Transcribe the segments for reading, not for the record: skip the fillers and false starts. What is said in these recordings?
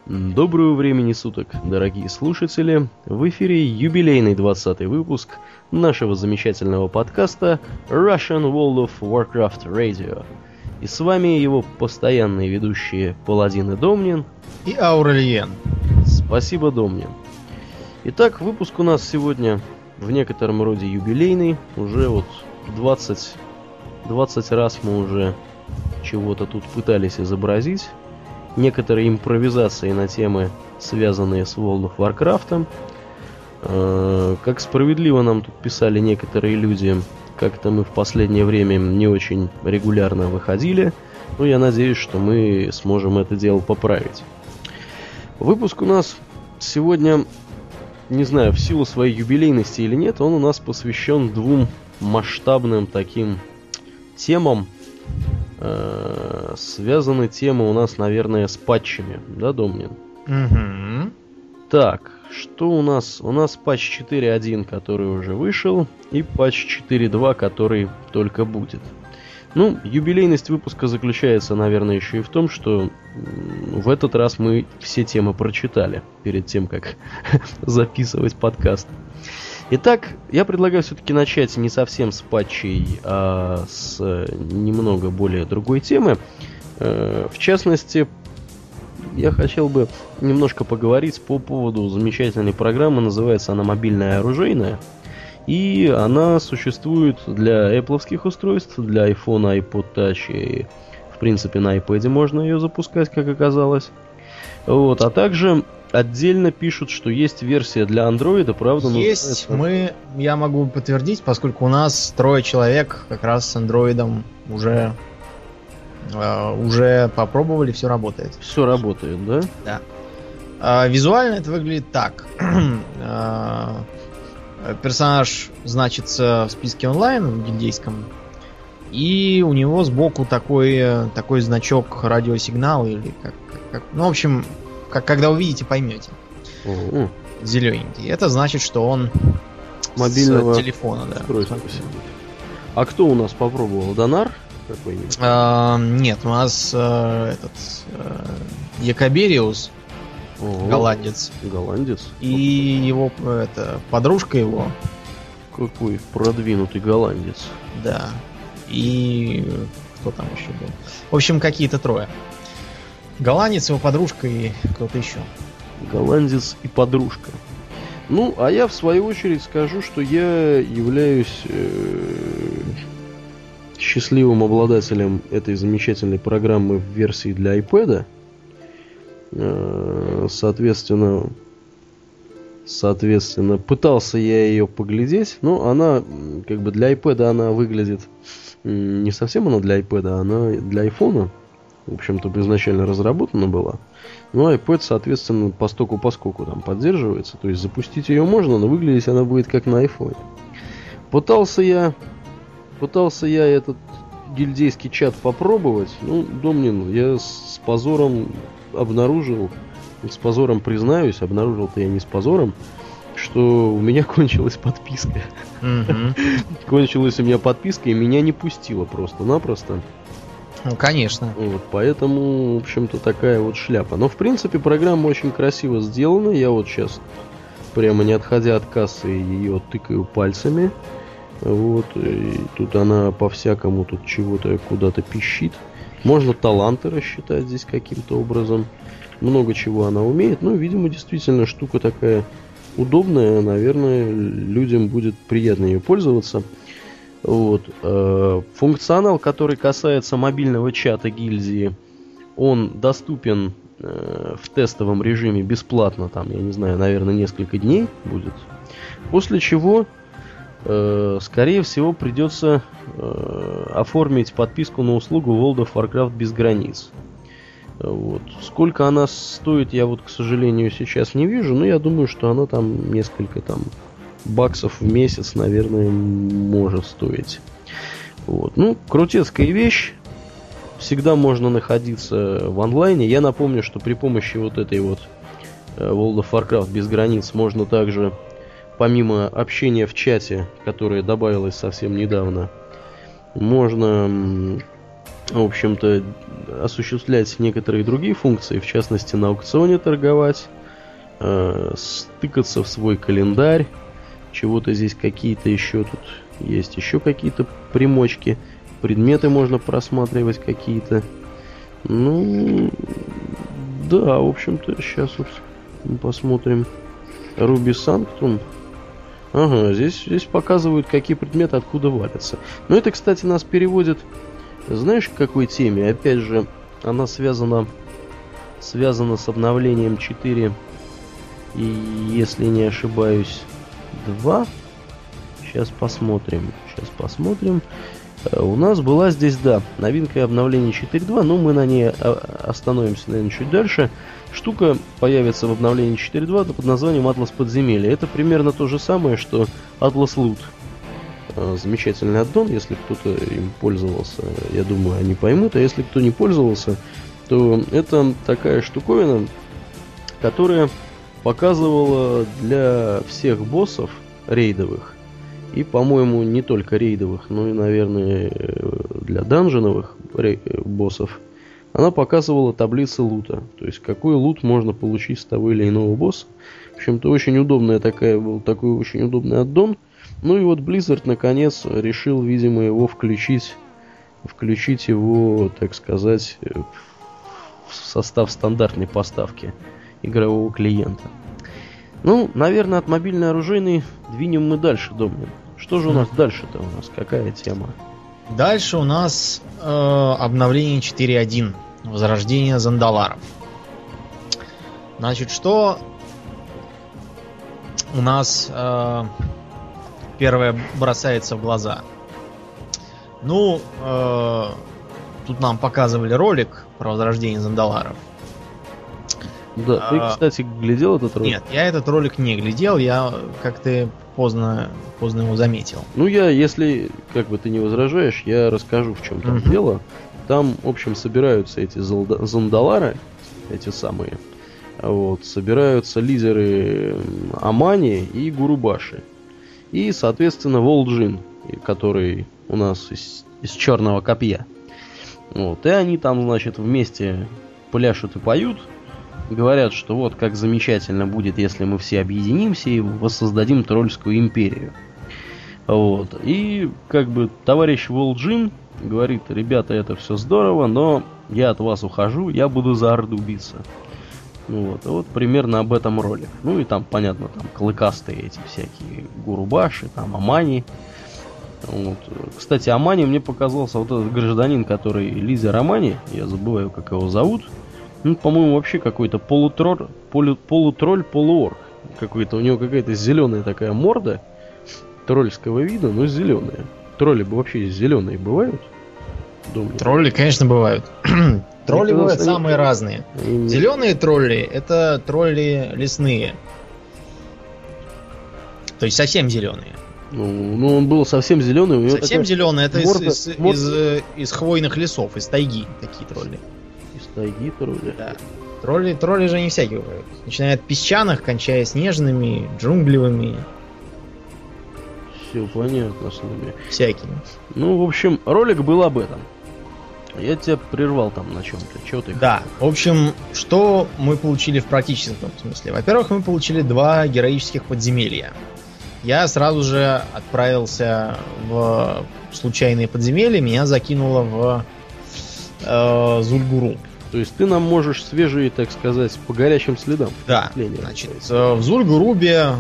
Доброго времени суток, дорогие слушатели! В эфире юбилейный 20-й выпуск нашего замечательного подкаста Russian World of Warcraft Radio. И с вами его постоянные ведущие Паладин и Домнин и Аурельен. Спасибо, Домнин. Итак, выпуск у нас сегодня в некотором роде юбилейный. Уже вот 20 раз мы уже чего-то тут пытались изобразить. Некоторые импровизации на темы, связанные с World of Warcraft. Как справедливо нам тут писали некоторые люди, как-то мы в последнее время не очень регулярно выходили. Но я надеюсь, что мы сможем это дело поправить. Выпуск у нас сегодня, не знаю, в силу своей юбилейности или нет, он у нас посвящен двум масштабным таким темам. Связаны темы у нас, наверное, с патчами, да, Домнин? Угу. Так, что у нас? У нас патч 4.1, который уже вышел, и патч 4.2, который только будет. Ну, юбилейность выпуска заключается, наверное, еще и в том, что в этот раз мы все темы прочитали перед тем, как записывать подкаст. Итак, я предлагаю все-таки начать не совсем с патчей, а с немного более другой темы. В частности, я хотел бы немножко поговорить по поводу замечательной программы. Называется она «Мобильная оружейная». И она существует для Apple-овских устройств, для iPhone, iPod Touch и, в принципе, на iPad можно ее запускать, как оказалось. Вот, а также отдельно пишут, что есть версия для Android, правда? Есть, я могу подтвердить, поскольку у нас 3 человек как раз с Android уже попробовали, все работает. Все работает, да? Да. Визуально это выглядит так. Персонаж значится в списке онлайн, в гильдейском, и у него сбоку такой значок радиосигнал, или как. Ну, в общем, когда увидите, поймете. Зелененький. Это значит, что он мобильного с телефона, да. Сидит. А кто у нас попробовал? Донар какой-нибудь? Нет, у нас Якобериус, голландец. Голландец? И его подружка его. Какой продвинутый голландец. Да. И кто там еще был? В общем, какие-то 3. Голландец, его подружка и кто-то еще. Голландец и подружка. Ну, а я в свою очередь скажу, что я являюсь счастливым обладателем этой замечательной программы в версии для iPad. Соответственно, пытался я ее поглядеть, но она, как бы для iPad она выглядит не совсем она для iPad, а она для iPhone. В общем-то, изначально разработана была. Но iPad, соответственно, поскольку там поддерживается. То есть запустить ее можно, но выглядеть она будет как на iPhone. Пытался я этот гильдейский чат попробовать. Ну, Домнин, я с позором обнаружил, с позором признаюсь, обнаружил-то я не с позором, что у меня кончилась подписка. Кончилась у меня подписка, и меня не пустило просто-напросто. Ну, конечно. Вот, поэтому, в общем-то, такая вот шляпа. Но, в принципе, программа очень красиво сделана. Я вот сейчас, прямо не отходя от кассы, ее тыкаю пальцами. Вот, и тут она по-всякому тут чего-то куда-то пищит. Можно таланты рассчитать здесь каким-то образом. Много чего она умеет. Ну, видимо, действительно, штука такая удобная. Наверное, людям будет приятно ее пользоваться. Вот. Функционал, который касается мобильного чата гильдии, он доступен в тестовом режиме бесплатно, там, я не знаю, наверное, несколько дней будет. После чего, скорее всего, придется оформить подписку на услугу World of Warcraft без границ. Вот. Сколько она стоит, я вот, к сожалению, сейчас не вижу, но я думаю, что она там несколько там баксов в месяц, наверное, может стоить. Вот. Ну, крутецкая вещь. Всегда можно находиться в онлайне. Я напомню, что при помощи вот этой вот World of Warcraft без границ можно также, помимо общения в чате, которое добавилось совсем недавно, можно в общем-то, осуществлять некоторые другие функции, в частности, на аукционе торговать, стыкаться в свой календарь, чего-то здесь какие-то еще тут есть, еще какие-то примочки, предметы можно просматривать какие-то. Ну, да, в общем-то, сейчас вот мы посмотрим. Ruby Sanctum. Ага, здесь показывают, какие предметы откуда валятся. Но это, кстати, нас переводит, знаешь, к какой теме? Опять же, она связана с обновлением 4 и, если не ошибаюсь, 2. Сейчас посмотрим. У нас была здесь, да, новинка обновления 4.2, но мы на ней остановимся, наверное, чуть дальше. Штука появится в обновлении 4.2 под названием Atlas подземелья. Это примерно то же самое, что Atlas Loot. Замечательный аддон, если кто-то им пользовался, я думаю, они поймут. А если кто не пользовался, то это такая штуковина, которая показывала для всех боссов рейдовых, и, по-моему, не только рейдовых, но и, наверное, для данженовых боссов, она показывала таблицы лута. То есть, какой лут можно получить с того или иного босса. В общем-то, очень удобная был такой очень удобный аддон. Ну и вот Blizzard, наконец, решил, видимо, его включить его, так сказать, в состав стандартной поставки игрового клиента. Ну, наверное, от мобильной оружейной двинем мы дальше, Домнин. Что же у нас дальше-то? У нас какая тема? Дальше у нас обновление 4.1. Возрождение Зандаларов. Значит, что у нас первое бросается в глаза? Ну, тут нам показывали ролик про возрождение Зандаларов. Да, ты, кстати, глядел этот ролик? Нет, я этот ролик не глядел, я как-то поздно его заметил. Ну, если, как бы ты не возражаешь, я расскажу, в чем там дело. Там, в общем, собираются эти Зандалары, эти самые. Вот, собираются лидеры Амани и Гурубаши. И, соответственно, Волджин, который у нас из Черного Копья. Вот, и они там, значит, вместе пляшут и поют. Говорят, что вот как замечательно будет, если мы все объединимся и воссоздадим Тролльскую империю. Вот. И как бы товарищ Волджин говорит: ребята, это все здорово, но я от вас ухожу, я буду за Орду биться. Вот примерно об этом ролик. Ну и там, понятно, там клыкастые эти всякие Гурубаши, там Амани. Вот. Кстати, Амани мне показался вот этот гражданин, который лидер Амани, я забываю, как его зовут. Ну, по-моему, вообще какой-то полутролль, полуорк. Какой-то, у него какая-то зеленая такая морда тролльского вида, но зеленая. Тролли вообще зеленые бывают? Думаю. Тролли, конечно, бывают. Тролли бывают самые разные. Зеленые тролли — это тролли лесные. То есть совсем зеленые. Ну, он был совсем зеленый. У него совсем зеленый — это из хвойных лесов, из тайги такие тролли. Тайги тролли. Да. Тролли же не всякие бывают. Начиная от песчаных, кончая снежными, джунглевыми. Все понятно с ними. Всякими. Ну, в общем, ролик был об этом. Я тебя прервал там на чем-то. Чего ты? Да. В общем, что мы получили в практическом смысле? Во-первых, мы получили 2 героических подземелья. Я сразу же отправился в случайные подземелья. Меня закинуло в Зульгуру. То есть ты нам можешь свежие, так сказать, по горячим следам. Да, значит, в Зульгурубе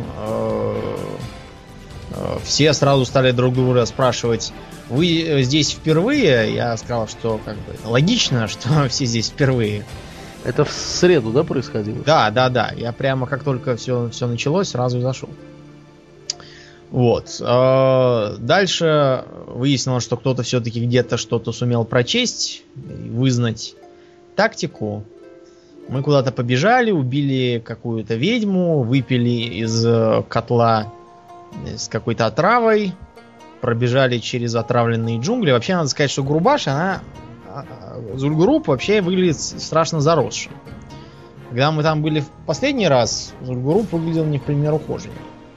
все сразу стали друг друга спрашивать: вы здесь впервые? Я сказал, что как бы логично, что все здесь впервые. Это в среду, да, происходило? Да. Я прямо как только все началось, сразу и зашел. Вот. Дальше выяснилось, что кто-то все-таки где-то что-то сумел прочесть, вызнать тактику. Мы куда-то побежали, убили какую-то ведьму, выпили из котла с какой-то отравой, пробежали через отравленные джунгли. Вообще, надо сказать, что Гурубаш, Зульгуруп вообще выглядит страшно заросшим. Когда мы там были в последний раз, Зульгуруп выглядел не в пример ухоженнее.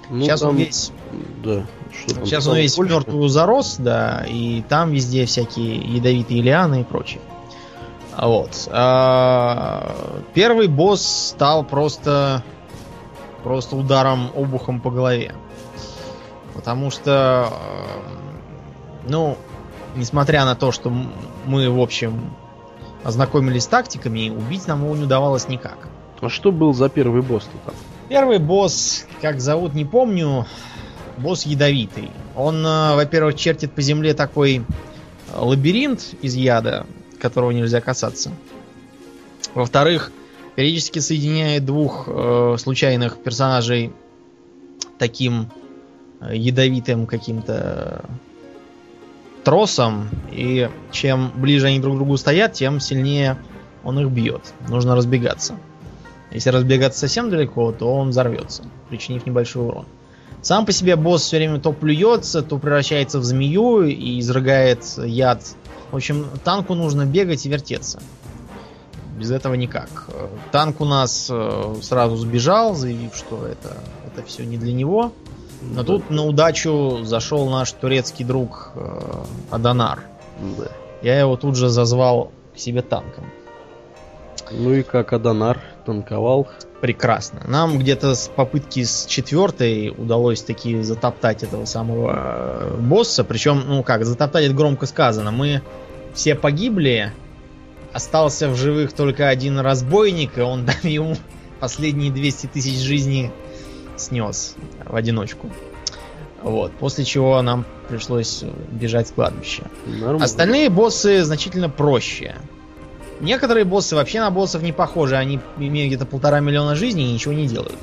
Ну, сейчас там, он весь... Да. Что там, Сейчас он весь в мертвую зарос, да, и там везде всякие ядовитые лианы и прочее. Вот. Первый босс стал просто ударом обухом по голове. Потому что, ну, несмотря на то, что мы, в общем, ознакомились с тактиками, убить нам его не удавалось никак. А что был за первый босс-то там? Первый босс, как зовут, не помню, босс ядовитый. Он, во-первых, чертит по земле такой лабиринт из яда, которого нельзя касаться. Во-вторых, периодически соединяет двух случайных персонажей таким ядовитым каким-то тросом, и чем ближе они друг к другу стоят, тем сильнее он их бьет. Нужно разбегаться. Если разбегаться совсем далеко, то он взорвется, причинив небольшой урон. Сам по себе босс все время то плюется, то превращается в змею и изрыгает яд. В общем, танку нужно бегать и вертеться. Без этого никак. Танк у нас сразу сбежал, заявив, что это все не для него. Но тут на удачу зашел наш турецкий друг Адонар. Да. Я его тут же зазвал к себе танком. Ну и как Адонар танковал? Прекрасно. Нам где-то с попытки с 4 удалось таки затоптать этого самого босса. Причем, ну как, затоптать это громко сказано. Мы все погибли. Остался в живых только один разбойник, и он ему последние 200 тысяч жизней снес в одиночку. Вот. После чего нам пришлось бежать с кладбища. Нормально. Остальные боссы значительно проще. Некоторые боссы вообще на боссов не похожи. Они имеют где-то 1,5 миллиона жизней и ничего не делают.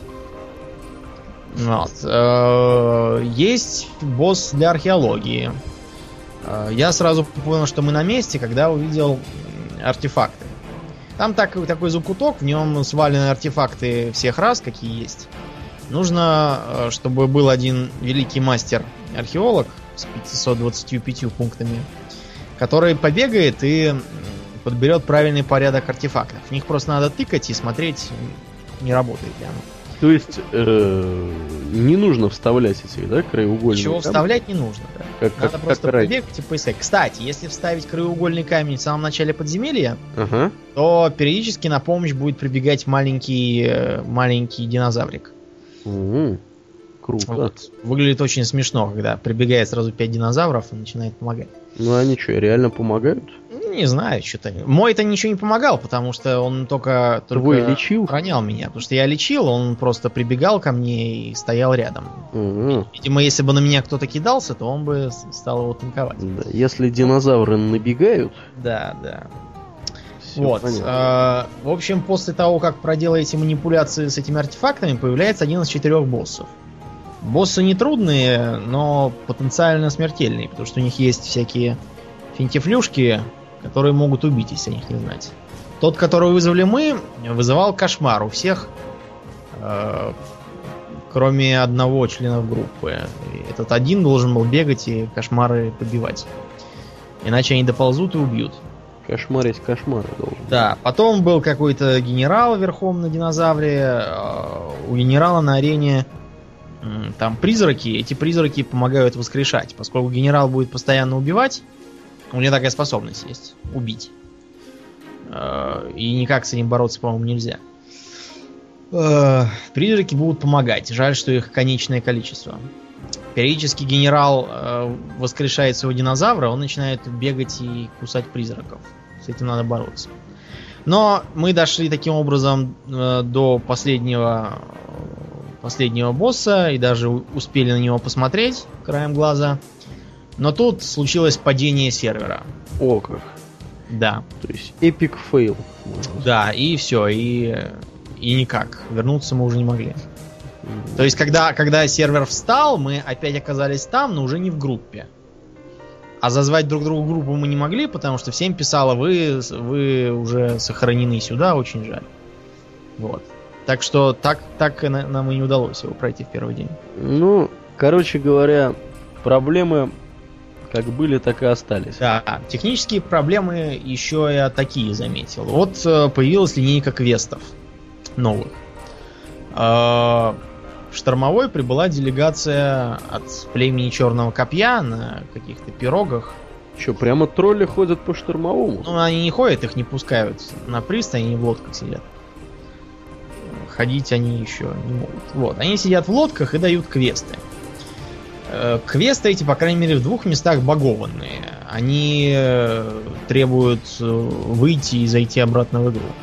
Вот. Есть босс для археологии. Я сразу понял, что мы на месте, когда увидел артефакты. Там такой закуток, в нем свалены артефакты всех рас, какие есть. Нужно, чтобы был один великий мастер-археолог с 525 пунктами, который побегает и подберет правильный порядок артефактов. В них просто надо тыкать и смотреть, не работает ли оно. То есть не нужно вставлять эти, да, краеугольники? Ничего вставлять не нужно, да. Надо просто побегать и поискать. Кстати, если вставить краеугольный камень в самом начале подземелья, то периодически на помощь будет прибегать маленький динозаврик. Круто. Вот. Выглядит очень смешно, когда прибегает сразу 5 динозавров и начинает помогать. Ну они что, реально помогают? Не знаю, что-то. Мой-то ничего не помогал, потому что он только лечил? охранял меня. Потому что я лечил, он просто прибегал ко мне и стоял рядом. Видимо, если бы на меня кто-то кидался, то он бы стал его танковать. Да, если динозавры набегают. Да. Вот. В общем, после того, как проделаете манипуляции с этими артефактами, появляется один из 4 боссов. Боссы не трудные, но потенциально смертельные, потому что у них есть всякие финтифлюшки, которые могут убить, если о них не знать. Тот, которого вызвали мы, вызывал кошмар у всех, кроме одного члена группы. И этот один должен был бегать и кошмары побивать. Иначе они доползут и убьют. Кошмар есть кошмар должен. Да, потом был какой-то генерал верхом на динозавре. У генерала на арене там призраки. Эти призраки помогают воскрешать. Поскольку генерал будет постоянно убивать, у него такая способность есть. Убить. И никак с этим бороться, по-моему, нельзя. Призраки будут помогать. Жаль, что их конечное количество. Периодически генерал воскрешает своего динозавра, он начинает бегать и кусать призраков. С этим надо бороться. Но мы дошли таким образом до последнего босса и даже успели на него посмотреть краем глаза. Но тут случилось падение сервера. О как. Да. То есть эпик фейл. Да, и все, и никак. Вернуться мы уже не могли. То есть, когда сервер встал, мы опять оказались там, но уже не в группе. А зазвать друг другу группу мы не могли, потому что всем писало, вы уже сохранены сюда, очень жаль. Вот. Так что так нам и не удалось его пройти в первый день. Ну, короче говоря, проблемы как были, так и остались. Да, технические проблемы еще я такие заметил. Вот появилась линейка квестов новых. в Штормовой прибыла делегация от племени Черного Копья на каких-то пирогах. Че, прямо тролли ходят по Штормовому? Ну, они не ходят, их не пускают на пристань, они в лодках сидят. Ходить они еще не могут. Вот, они сидят в лодках и дают квесты. Квесты эти, по крайней мере, в 2 местах багованные. Они требуют выйти и зайти обратно в игру.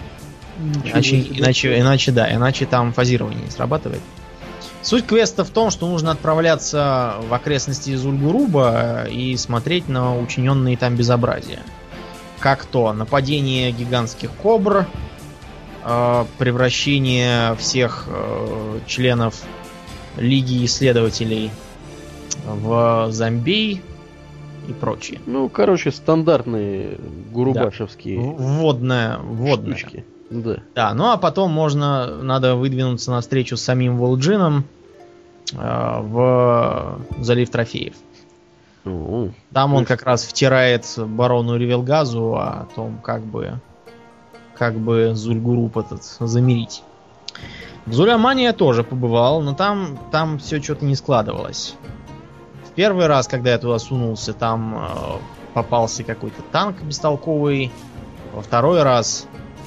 Иначе там фазирование не срабатывает. Суть квеста в том, что нужно отправляться в окрестности Зульгуруба и смотреть на учиненные там безобразия. Как то нападение гигантских кобр, превращение всех членов Лиги исследователей в зомбей и прочее. Ну, короче, стандартные гурубашевские водная штучки. Да, ну а потом надо выдвинуться навстречу с самим Волджином в залив трофеев. Там он как раз втирает барону Ревелгазу о том, как бы Зульгуруп этот замирить. В Зулямане я тоже побывал, но там все что-то не складывалось. В первый раз, когда я туда сунулся, там попался какой-то танк бестолковый. Во второй раз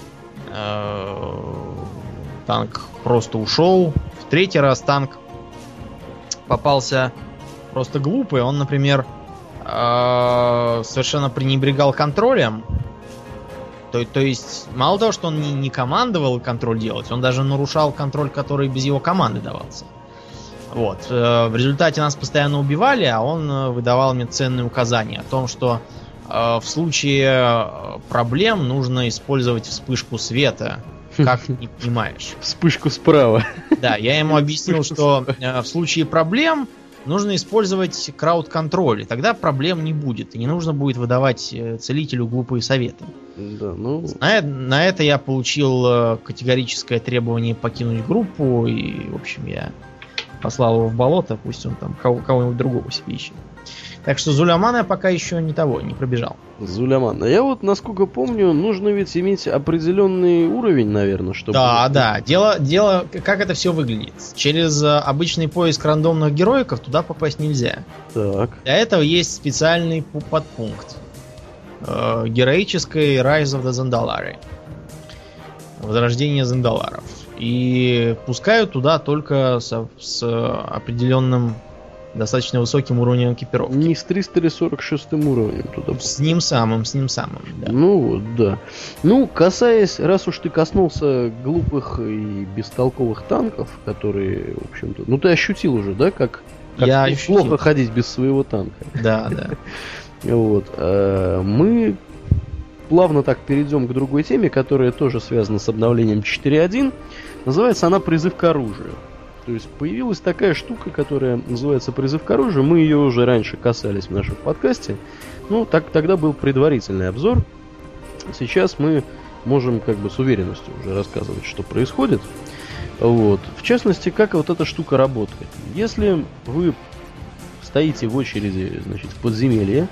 танк просто ушел. В третий раз танк попался просто глупый. Он, например, совершенно пренебрегал контролем. То есть, мало того, что он не командовал контроль делать, он даже нарушал контроль, который без его команды давался. Вот. В результате нас постоянно убивали, а он выдавал мне ценные указания о том, что в случае проблем нужно использовать вспышку света. Как ты не понимаешь? Вспышку справа. Да, я ему объяснил, что в случае проблем нужно использовать крауд-контроль, и тогда проблем не будет, и не нужно будет выдавать целителю глупые советы. Да, ну... На это я получил категорическое требование покинуть группу, и, в общем, я послал его в болото, пусть он там кого-нибудь другого себе ищет. Так что Зулямана я пока еще не пробежал. Зулямана. Я вот, насколько помню, нужно ведь иметь определенный уровень, наверное, чтобы... Да. Дело, как это все выглядит. Через обычный поиск рандомных героиков туда попасть нельзя. Так. Для этого есть специальный подпункт. Героический Rise of the Zandalari. Возрождение Зандаларов. И пускают туда только с определенным достаточно высоким уровнем экипировки. Не с 346 уровнем туда. С ним самым, да. Ну вот, да. Ну, касаясь, раз уж ты коснулся глупых и бестолковых танков, которые, в общем-то... Ну, ты ощутил уже, да, как я плохо ходить без своего танка. Да. Вот. Мы плавно так перейдем к другой теме, которая тоже связана с обновлением 4.1. Называется она «Призыв к оружию». То есть появилась такая штука, которая называется «Призыв к оружию». Мы ее уже раньше касались в нашем подкасте. Ну, тогда был предварительный обзор. Сейчас мы можем как бы с уверенностью уже рассказывать, что происходит. Вот. В частности, как вот эта штука работает. Если вы стоите в очереди, значит, в подземелье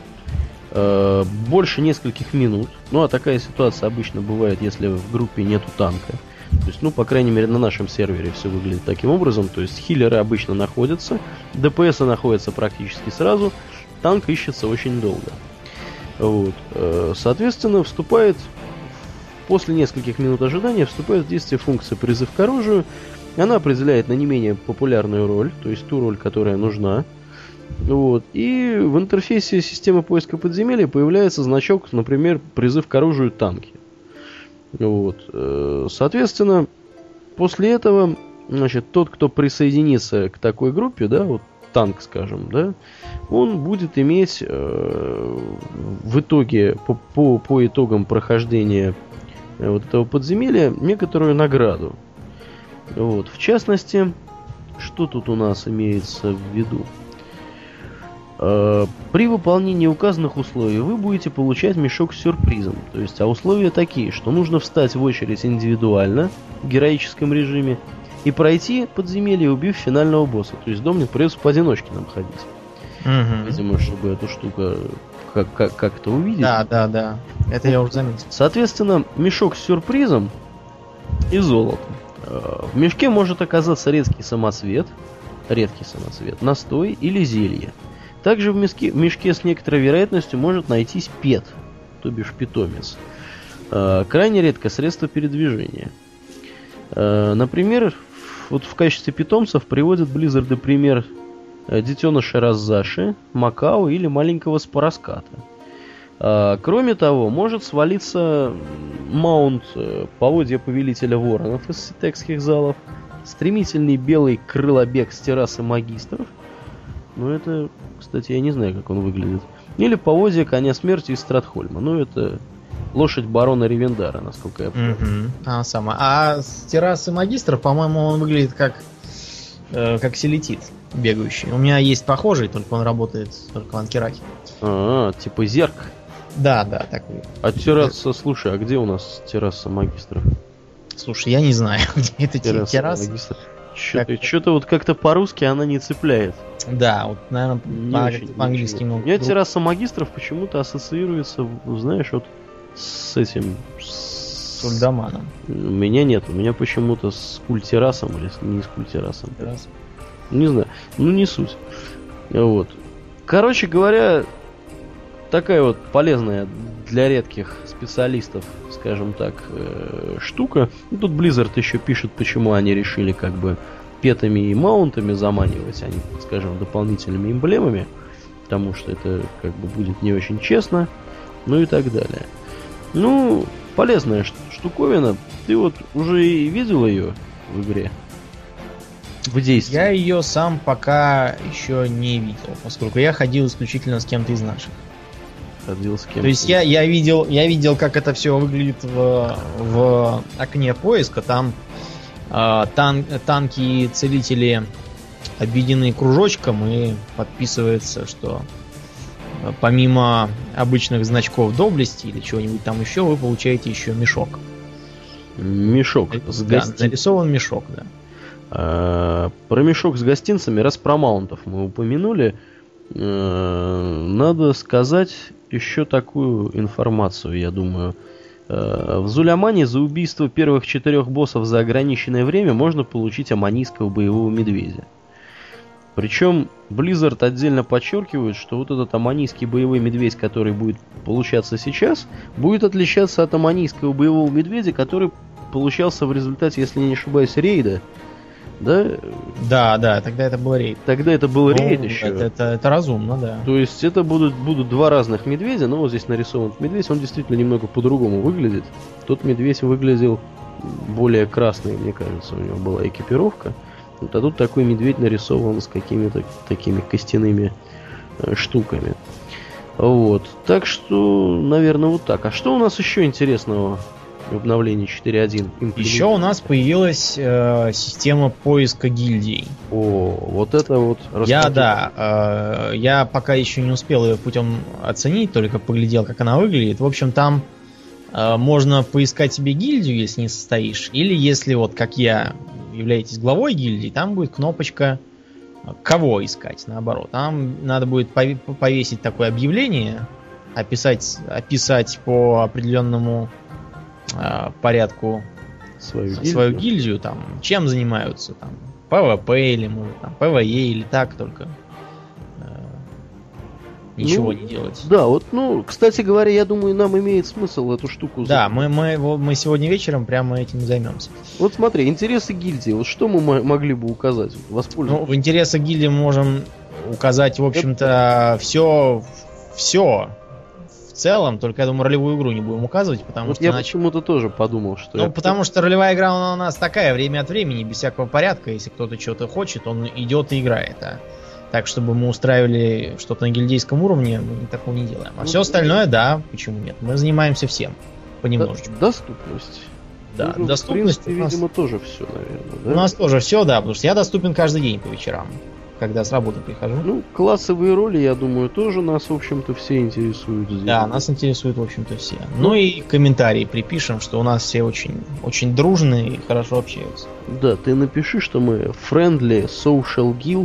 больше нескольких минут, ну а такая ситуация обычно бывает, если в группе нету танка. То есть, ну, по крайней мере, на нашем сервере все выглядит таким образом. То есть, хиллеры обычно находятся, ДПСы находятся практически сразу, танк ищется очень долго. Вот. Соответственно, после нескольких минут ожидания вступает в действие функция «Призыв к оружию». Она определяет на не менее популярную роль, то есть ту роль, которая нужна. Вот. И в интерфейсе системы поиска подземелья появляется значок, например, «Призыв к оружию танки». Вот. Соответственно, после этого, значит, тот, кто присоединится к такой группе, да, вот танк, скажем, да, он будет иметь в итоге, по итогам прохождения вот этого подземелья, некоторую награду. Вот. В частности, что тут у нас имеется в виду? При выполнении указанных условий вы будете получать мешок с сюрпризом. То есть, а условия такие, что нужно встать в очередь индивидуально, в героическом режиме, и пройти подземелье, убив финального босса. То есть, домник придется поодиночке нам ходить. Угу. Видимо, чтобы эту штуку как-то увидеть. Да. Это я уже заметил. Соответственно, мешок с сюрпризом и золото. В мешке может оказаться редкий самоцвет, настой или зелье. Также в мешке с некоторой вероятностью может найтись пет, то бишь питомец. Крайне редко средство передвижения. Например, вот в качестве питомцев приводят Близзарды пример детеныша Раззаши, Макао или маленького Спараската. Кроме того, может свалиться маунт поводья повелителя воронов из ситекских залов, стремительный белый крылобег с террасы магистров. Ну это, кстати, я не знаю, как он выглядит. Или поводья коня смерти из Стратхольма. Ну это лошадь барона Ревендара, насколько я помню. А с террасы магистров, по-моему, он выглядит как селетит бегающий. У меня есть похожий, только он работает только в Анкераке. Типа зерк. Да, такой. А терраса, слушай, а где у нас терраса магистров? Слушай, я не знаю, где это терраса. Что-то вот как-то по-русски она не цепляет. Да, вот, наверное, по-английски много. У меня терраса магистров почему-то ассоциируется, знаешь, вот с этим... С Ульдаманом. У меня нет, у меня почему-то с культерасом или не с культерасом. Не знаю, не суть. Вот. Короче говоря, такая вот полезная для редких специалистов, скажем так, штука. И тут Blizzard еще пишет, почему они решили как бы петами и маунтами заманивать, а не, скажем, дополнительными эмблемами, потому что это как бы будет не очень честно, ну и так далее. Ну, полезная штуковина. Ты вот уже и видел ее в игре? В действии? Я ее сам пока еще не видел, поскольку я ходил исключительно с кем-то из наших. Ходил с кем-то. То есть я видел, как это все выглядит в окне поиска. Там танки и целители обведены кружочком, и подписывается, что помимо обычных значков доблести или чего-нибудь там еще, вы получаете еще мешок. Мешок с гостинцами. Да, нарисован мешок, да. Про мешок с гостинцами, раз про маунтов мы упомянули, надо сказать еще такую информацию, я думаю. В Зулямане за убийство первых 4 боссов за ограниченное время можно получить аманийского боевого медведя. Причем Blizzard отдельно подчеркивает, что вот этот аманийский боевой медведь, который будет получаться сейчас, будет отличаться от аманийского боевого медведя, который получался в результате, если я не ошибаюсь, рейда. Да? Да, тогда это был рейд. Тогда это был рейд еще. Это разумно, да. То есть это будут 2 разных медведя, но вот здесь нарисован медведь, он действительно немного по-другому выглядит. Тот медведь выглядел более красный, мне кажется, у него была экипировка. Вот, а тут такой медведь нарисован с какими-то такими костяными штуками. Вот. Так что, наверное, вот так. А что у нас еще интересного в обновлении 4.1? Еще у нас появилась система поиска гильдий. О, вот это вот. Я пока еще не успел ее путем оценить, только поглядел, как она выглядит. В общем, там можно поискать себе гильдию, если не состоишь. Или если, вот как я, являетесь главой гильдии, там будет кнопочка «Кого искать», наоборот. Там надо будет повесить такое объявление, описать по определенному порядку свою гильдию, там, чем занимаются, там, ПВП или, может, там, ПВЕ или так, только ничего не делать. Да, вот, кстати говоря, я думаю, нам имеет смысл эту штуку... Да, мы сегодня вечером прямо этим займемся. Вот смотри, интересы гильдии, вот что мы могли бы указать, воспользоваться? В интересах гильдии мы можем указать, в общем-то, все в целом, только, я думаю, ролевую игру не будем указывать, потому что... Я почему-то тоже подумал, что... потому что ролевая игра у нас такая, время от времени, без всякого порядка, если кто-то что-то хочет, он идет и играет, так, чтобы мы устраивали что-то на гильдейском уровне, мы такого не делаем. А все остальное, да, почему нет? Мы занимаемся всем, понемножечку. Доступность. Да, доступность. В принципе, видимо, тоже все, наверное, да? У нас тоже все, да, потому что я доступен каждый день по вечерам, когда с работы прихожу. Классовые роли, я думаю, тоже нас, в общем-то, все интересуют здесь. Да, нас интересуют, в общем-то, все. Ну и комментарии припишем, что у нас все очень, очень дружные и хорошо общаются. Да, ты напиши, что мы friendly social guild.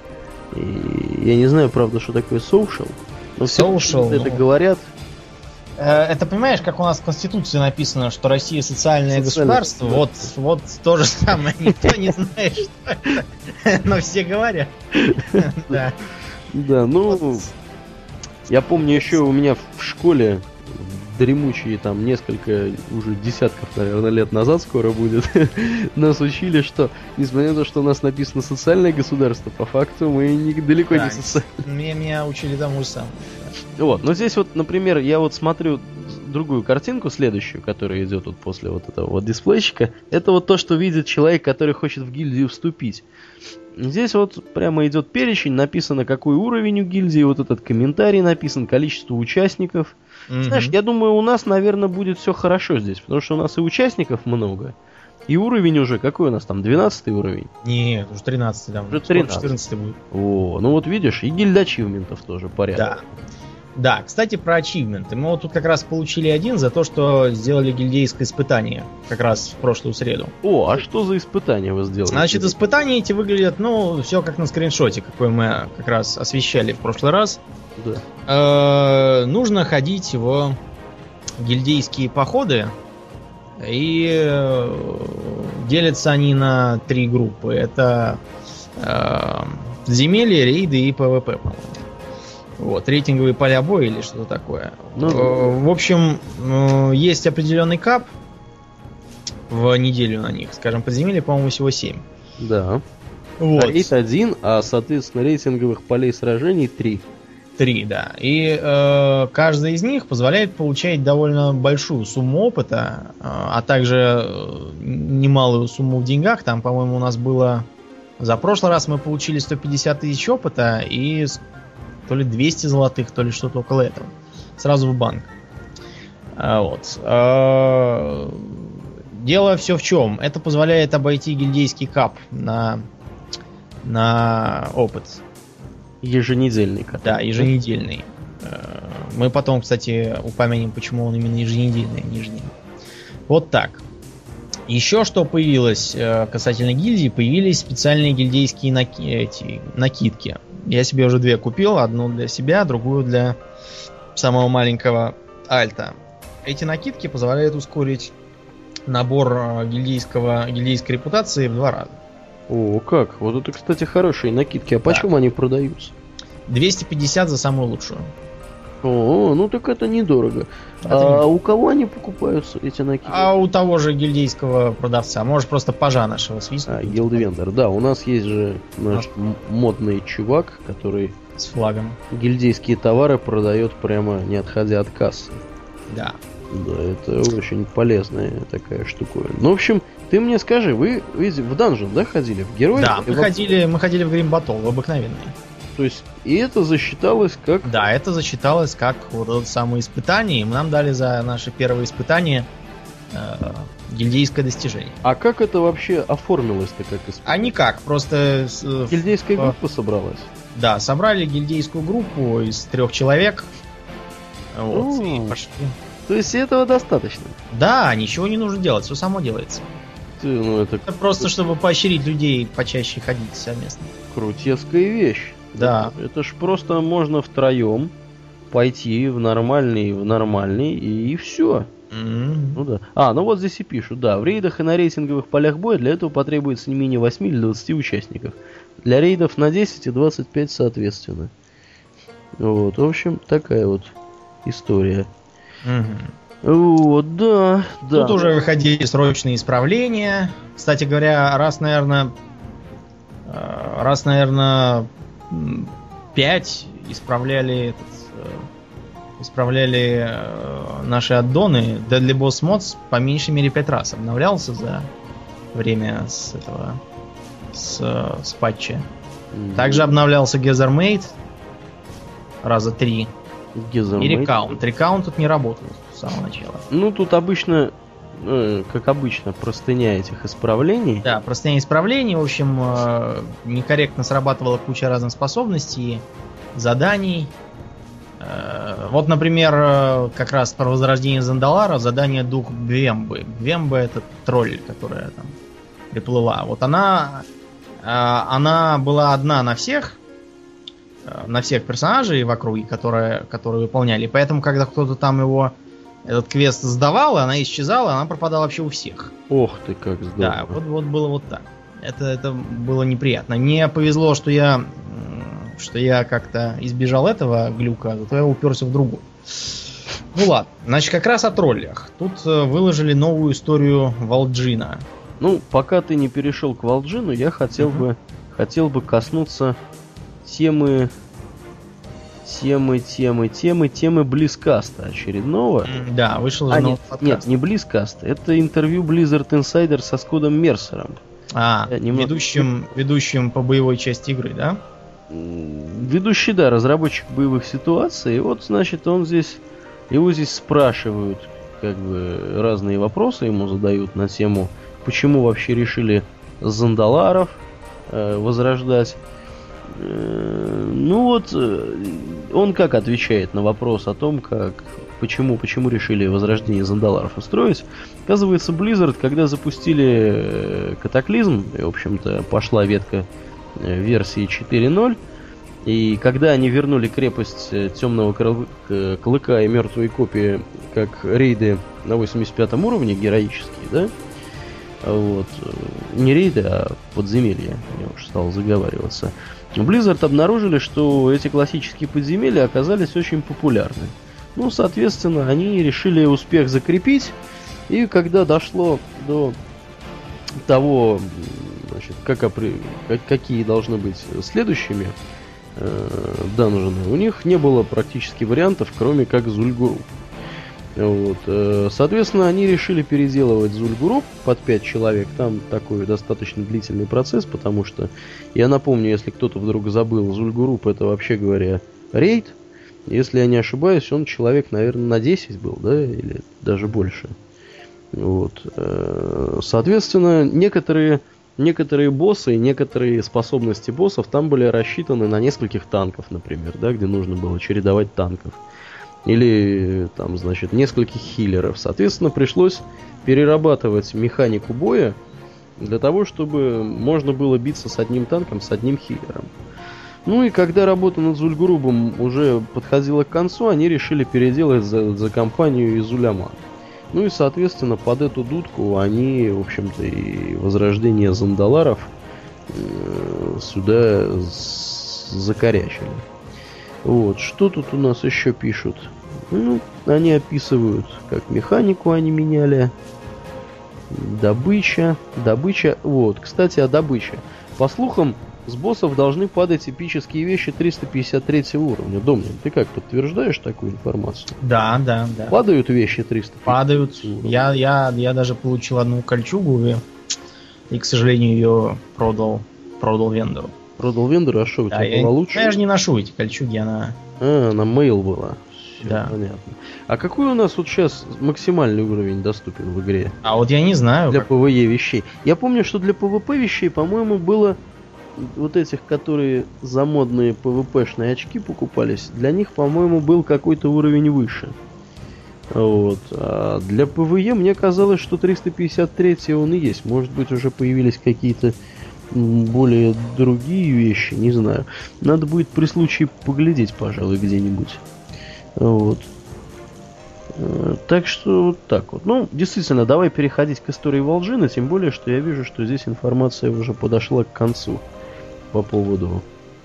И я не знаю, правда, что такое social, но все это говорят. Это понимаешь, как у нас в Конституции написано, что Россия социальное государство, вот то же самое, никто не знает, что это, но все говорят. Да. Да, ну, я помню еще у меня в школе дремучие там несколько, уже десятков, наверное, лет назад скоро будет, нас учили, что, несмотря на то, что у нас написано социальное государство, по факту мы далеко не социальное. Меня учили тому же самому. Вот, но здесь вот, например, я вот смотрю другую картинку, следующую, которая идет вот после вот этого вот дисплейщика. Это вот то, что видит человек, который хочет в гильдию вступить. Здесь вот прямо идет перечень, написано, какой уровень у гильдии, вот этот комментарий написан, количество участников. Знаешь, я думаю, у нас, наверное, будет все хорошо здесь, потому что у нас и участников много, и уровень уже, какой у нас там, 12 уровень? Нет, уже 13, да, уже 13. 14 будет. О, ну вот видишь, и гильд ачивментов тоже порядок. Да, кстати, про ачивменты. Мы вот тут как раз получили один за то, что сделали гильдейское испытание, как раз в прошлую среду. О, а что за испытание вы сделали? Значит, испытания эти выглядят, ну, все как на скриншоте, какой мы как раз освещали в прошлый раз. Да. Нужно ходить в гильдейские походы, и делятся они на 3 группы. Это подземелья, рейды и ПВП, по-моему. Вот, рейтинговые поля боя или что-то такое. В общем, есть определенный кап в неделю на них. Скажем, подземелья, по-моему, всего 7. Да. Вот. Рейд 1, а, соответственно, рейтинговых полей сражений 3. 3, да. И каждый из них позволяет получать довольно большую сумму опыта, а также немалую сумму в деньгах. Там, по-моему, у нас было... За прошлый раз мы получили 150 тысяч опыта и то ли 200 золотых, то ли что-то около этого. Сразу в банк. Вот. Дело все в чем. Это позволяет обойти гильдейский кап на опыт. Еженедельный кап. Да, еженедельный. Мы потом, кстати, упомянем, почему он именно еженедельный, а не ежедневный. Вот так. Еще что появилось касательно гильдии, появились специальные гильдейские накидки. Я себе уже 2 купил, одну для себя, другую для самого маленького альта. Эти накидки позволяют ускорить набор гильдейской репутации в 2 раза. О, как? Вот это, кстати, хорошие накидки. А почем они продаются? 250 за самую лучшую. О, ну так это недорого. У кого они покупаются, эти накидки? А у того же гильдейского продавца. Можешь просто пажа нашего свистнуть. Гилдвендор. Да, у нас есть же наш модный чувак, который с флагом гильдейские товары продает прямо не отходя от кассы. Да. Да, это очень полезная такая штуковина. Ну, в общем, ты мне скажи, вы в данжен, да, ходили? В героев? Да, мы ходили в Grim Battle, в обыкновенный. То есть, и это засчиталось как... Да, это засчиталось как вот это самое испытание. И нам дали за наше первое испытание гильдейское достижение. А как это вообще оформилось-то как испытание? А никак, просто... Гильдейская группа собралась? Да, собрали гильдейскую группу из 3 человек. Вот, и пошли. То есть этого достаточно? Да, ничего не нужно делать, все само делается. Это просто чтобы поощрить людей почаще ходить совместно. Крутецкая вещь. Да. Это ж просто можно втроем пойти в нормальный и все. Ну да. Ну вот здесь и пишут, да, в рейдах и на рейтинговых полях боя для этого потребуется не менее 8 или 20 участников. Для рейдов на 10 и 25 соответственно. Вот, в общем, такая вот история. Вот, да. Тут уже выходили срочные исправления. Кстати говоря, раз, наверное, 5 исправляли наши аддоны. Deadly Boss Mods по меньшей мере 5 раз обновлялся за время с патча. Также обновлялся Gazermate раза 3. И Recount. Recount тут не работал с самого начала. Ну, тут обычно, как обычно, простыня этих исправлений. Да, простыня исправлений. В общем, некорректно срабатывала куча разных способностей, заданий. Вот, например, как раз про возрождение Зандалара задание Дух Гвембы. Гвемба — это тролль, которая там приплыла. Вот она была одна на всех персонажей в округе, которые выполняли. Поэтому, когда кто-то там его этот квест сдавал, она исчезала, она пропадала вообще у всех. Ох ты, как здорово. Да, вот было вот так. Это было неприятно. Мне повезло, что я как-то избежал этого глюка, зато я уперся в другой. Ну ладно, значит, как раз о троллях. Тут выложили новую историю Волджина. Ну, пока ты не перешел к Волджину, я хотел бы коснуться темы Близкаста очередного. Да, вышел же новый подкаст. Нет, не Близкаст, это интервью Blizzard Insider со Скоттом Мерсером. Ведущим по боевой части игры, да? Ведущий, да, разработчик боевых ситуаций. И вот, значит, его здесь спрашивают, как бы, разные вопросы ему задают на тему, почему вообще решили Зандаларов возрождать. Ну вот, он как отвечает на вопрос о том, почему решили возрождение Зандаларов устроить. Оказывается, Blizzard, когда запустили Катаклизм, и, в общем-то, пошла ветка версии 4.0, и когда они вернули крепость Темного Клыка и Мертвые Копии как рейды на 85-м уровне, героические, да? Вот. Не рейды, а подземелья. Я уж стал заговариваться. Blizzard обнаружили, что эти классические подземелья оказались очень популярны. Ну, соответственно, они решили успех закрепить. И когда дошло до того, значит, какие должны быть следующими данжены, у них не было практически вариантов, кроме как Зуль'Гуру. Вот. Соответственно, они решили переделывать Зуль'Гуру под 5 человек. Там такой достаточно длительный процесс, потому что, я напомню, если кто-то вдруг забыл, Зуль'Гуру это, вообще говоря, рейд. Если я не ошибаюсь, он человек, наверное, на 10 был, да, или даже больше. Вот. Соответственно, некоторые боссы и некоторые способности боссов там были рассчитаны на нескольких танков, например, да, где нужно было чередовать танков. Или там, значит, нескольких хиллеров. Соответственно, пришлось перерабатывать механику боя для того, чтобы можно было биться с одним танком, с одним хиллером. Ну и когда работа над Зуль'Гурубом уже подходила к концу, они решили переделать за компанию из Ульяма. Ну и, соответственно, под эту дудку они, в общем-то, и возрождение Зандаларов сюда закорячили. Вот, что тут у нас еще пишут? Ну, они описывают, как механику они меняли. Добыча. Вот, кстати, о добыче. По слухам, с боссов должны падать эпические вещи 353 уровня. Домнин, ты как, подтверждаешь такую информацию? Да. Падают вещи 353? Падают. Я даже получил одну кольчугу и, к сожалению, ее продал вендору. Продал вендору, а что, у тебя было лучше? Я же не ношу эти кольчуги, она мейл была. Все, да. Понятно. А какой у нас вот сейчас максимальный уровень доступен в игре? А вот я не знаю. Для ПВЕ вещей. Я помню, что для ПВП вещей, по-моему, было вот этих, которые за модные ПВПшные очки покупались, для них, по-моему, был какой-то уровень выше. Вот. А для ПВЕ мне казалось, что 353 он и есть. Может быть, уже появились какие-то более другие вещи, не знаю. Надо будет при случае поглядеть, пожалуй, где-нибудь. Вот. Так что вот так вот. Ну, действительно, давай переходить к истории Волджина, тем более, что я вижу, что здесь информация уже подошла к концу по поводу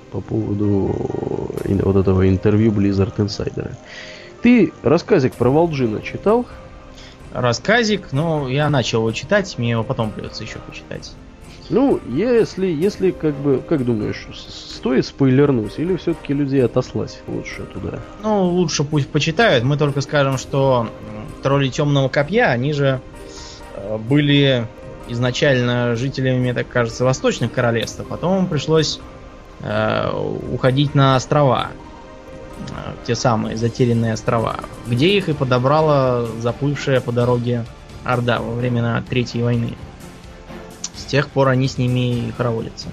вот этого интервью Blizzard Insider. Ты рассказик про Волджина читал? Рассказик, но я начал его читать, мне его потом придется еще почитать. Ну, если как думаешь, стоит спойлернуть или все-таки людей отослать лучше туда? Ну, лучше пусть почитают. Мы только скажем, что тролли Темного Копья, они же были изначально жителями, мне так кажется, Восточных Королевств, а потом пришлось уходить на острова. Те самые затерянные острова, где их и подобрала заплывшая по дороге Орда во времена Третьей войны. С тех пор они с ними и хороводятся.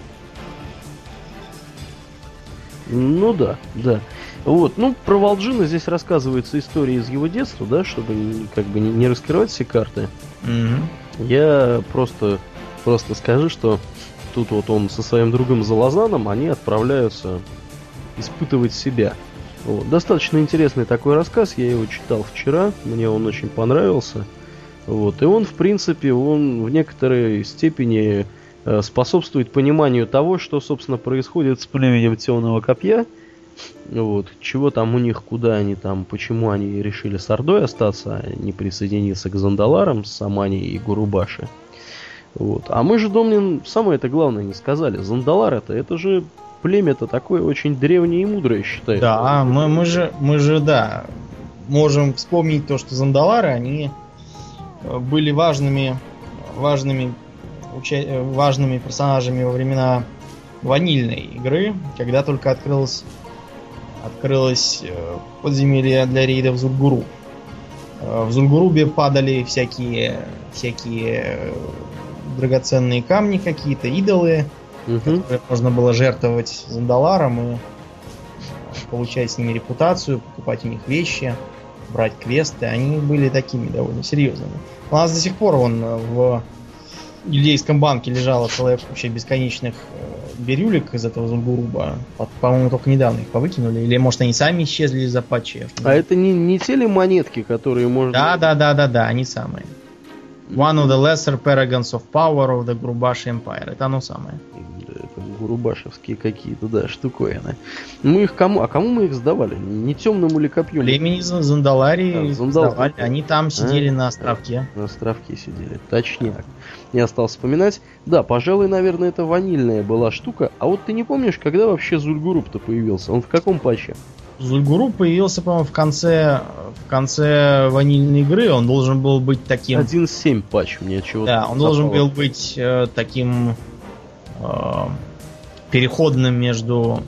Ну да. Вот, ну, про Волджина здесь рассказывается история из его детства, да, чтобы как бы не раскрывать все карты. Я просто скажу, что тут вот он со своим другом Залазаном, они отправляются испытывать себя. Вот. Достаточно интересный такой рассказ, я его читал вчера, мне он очень понравился. Вот. И он, в принципе, он в некоторой степени способствует пониманию того, что, собственно, происходит с племенем Темного Копья. Вот. Чего там у них, куда они там, почему они решили с Ордой остаться, а не присоединиться к Зандаларам, Самани и Гурубаши. Вот. А мы же, Домнин, самое это главное не сказали. Зандалар это же племя-то такое очень древнее и мудрое, считается. Да, мы же, да, можем вспомнить то, что Зандалары, они были важными персонажами во времена ванильной игры, когда только открылось подземелье для рейдов Зульгуруб. В Зульгурубе падали всякие драгоценные камни какие-то, идолы, которые можно было жертвовать Зандаларом и получать с ними репутацию, покупать у них вещи, брать квесты. Они были такими довольно серьезными. У нас до сих пор в гильдейском банке лежала целая куча бесконечных бирюлек из этого Зульгуруба. По-моему, только недавно их повыкинули. Или, может, они сами исчезли из-за патчей. А это не те ли монетки, которые можно... Да, они самые. One of the lesser paragons of power of the Gurubashi Empire. Это оно самое. Это гурубашевские какие-то, да, штуковины. Мы их кому? А кому мы их сдавали? Не темному ли копью? Племени Зандалари сдавали. Они там сидели на островке. На островке сидели. Точняк. Не осталось вспоминать. Да, пожалуй, наверное, это ванильная была штука. А вот ты не помнишь, когда вообще Зульгуруб-то появился? Он в каком патче? Зульгуруб появился, по-моему, в конце ванильной игры. Он должен был быть таким... 1.7 патч мне чего-то. Да, он должен был быть таким переходным между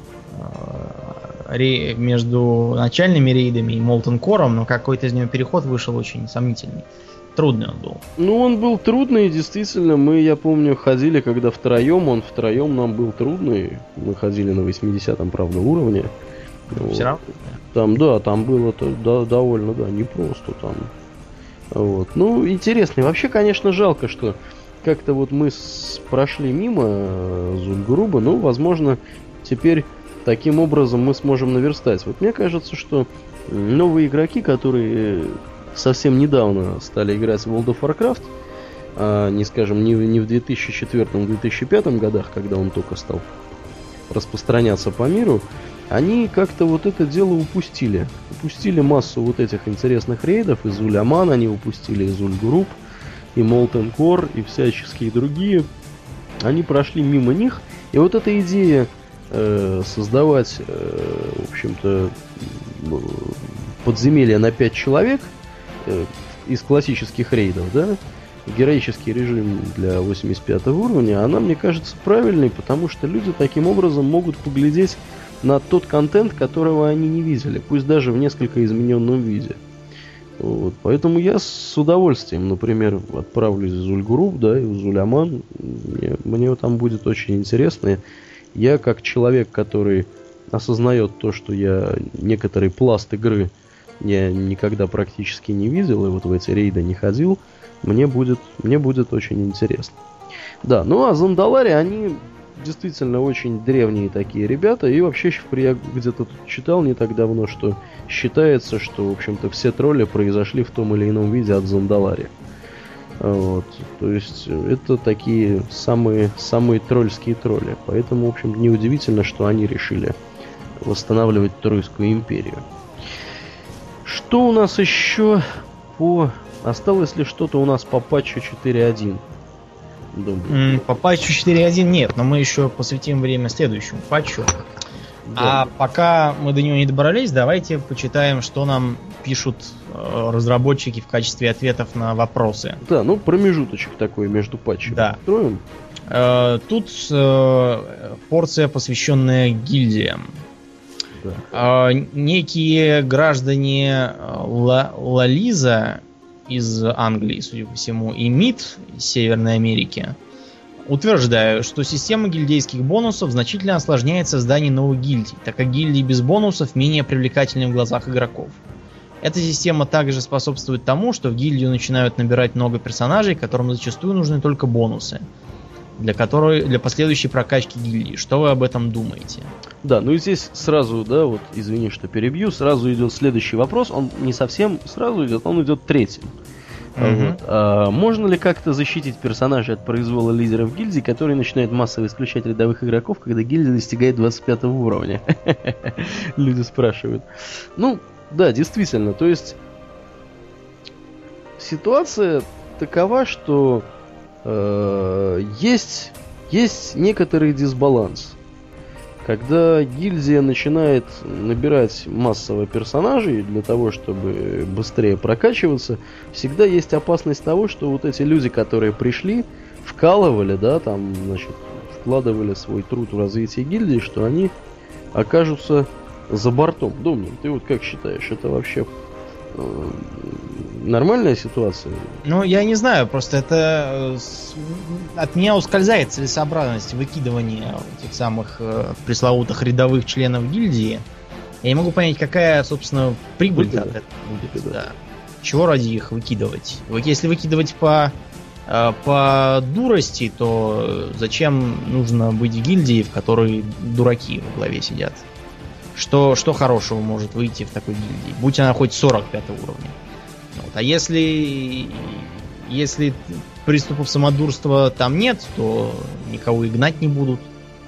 начальными рейдами и Molten Core, но какой-то из него переход вышел очень сомнительный. Трудный он был. Ну, он был трудный, действительно. Я помню, ходили, когда втроем нам был трудный. Мы ходили на 80-м, правда, уровне. Все равно? Там было довольно, непросто там. Вот. Ну, интересно. И вообще, конечно, жалко, что как-то вот мы прошли мимо Зульгуруба, но, возможно, теперь таким образом мы сможем наверстать. Вот мне кажется, что новые игроки, которые совсем недавно стали играть в World of Warcraft, не в 2004-2005 годах, когда он только стал распространяться по миру, они как-то вот это дело упустили. Упустили массу вот этих интересных рейдов. Из Зуляман они упустили, из Зульгуруб, и Molten Core, и всяческие другие. Они прошли мимо них. И вот эта идея создавать, в общем-то, подземелье на 5 человек из классических рейдов, да, героический режим для 85 уровня, она, мне кажется, правильной, потому что люди таким образом могут поглядеть на тот контент, которого они не видели, пусть даже в несколько измененном виде. Вот. Поэтому я с удовольствием, например, отправлюсь в Зульгуруб, да, и в Зуляман. Мне там будет очень интересно. Я, как человек, который осознает то, что я некоторый пласт игры я никогда практически не видел, и вот в эти рейды не ходил, мне будет очень интересно. Да, ну а Зандалари, они действительно очень древние такие ребята, и вообще я где-то тут читал не так давно, что считается, что, в общем-то, все тролли произошли в том или ином виде от Зандалари. Вот, то есть это такие самые тролльские тролли, поэтому, в общем, неудивительно, что они решили восстанавливать Тройскую империю. Что у нас еще Осталось ли что-то у нас по патчу 4.1? По патчу 4.1 нет, но мы еще посвятим время следующему патчу. Да. А пока мы до него не добрались, давайте почитаем, что нам пишут разработчики в качестве ответов на вопросы. Да, ну промежуточек такой между патчами. Да. Строим. Тут порция, посвященная гильдиям. Да. Некие граждане Лализа из Англии, судя по всему, и МИД из Северной Америки утверждают, что система гильдейских бонусов значительно осложняет создание новых гильдий, так как гильдии без бонусов менее привлекательны в глазах игроков. Эта система также способствует тому, что в гильдию начинают набирать много персонажей, которым зачастую нужны только бонусы. для последующей прокачки гильдии. Что вы об этом думаете? Да, ну и здесь сразу, да, вот извини, что перебью, сразу идет следующий вопрос. Он не совсем сразу идет, он идет третьим. Вот. Можно ли как-то защитить персонажей от произвола лидеров гильдии, которые начинают массово исключать рядовых игроков, когда гильдия достигает 25 уровня? Люди спрашивают. Ну, да, действительно, то есть ситуация такова, что есть некоторый дисбаланс. Когда гильдия начинает набирать массово персонажей для того, чтобы быстрее прокачиваться, всегда есть опасность того, что вот эти люди, которые пришли, вкалывали, да, там, значит, вкладывали свой труд в развитие гильдии, что они окажутся за бортом. Домнин, ты вот как считаешь, это вообще нормальная ситуация? Ну, я не знаю, просто это от меня ускользает целесообразность выкидывания этих самых пресловутых рядовых членов гильдии. Я не могу понять, какая, собственно, прибыль-то от этого будет. Да. Чего ради их выкидывать? Если выкидывать по дурости, то зачем нужно быть в гильдии, в которой дураки во главе сидят? Что хорошего может выйти в такой гильдии? Будь она хоть 45 уровня. Вот. А если приступов самодурства там нет, то никого и гнать не будут.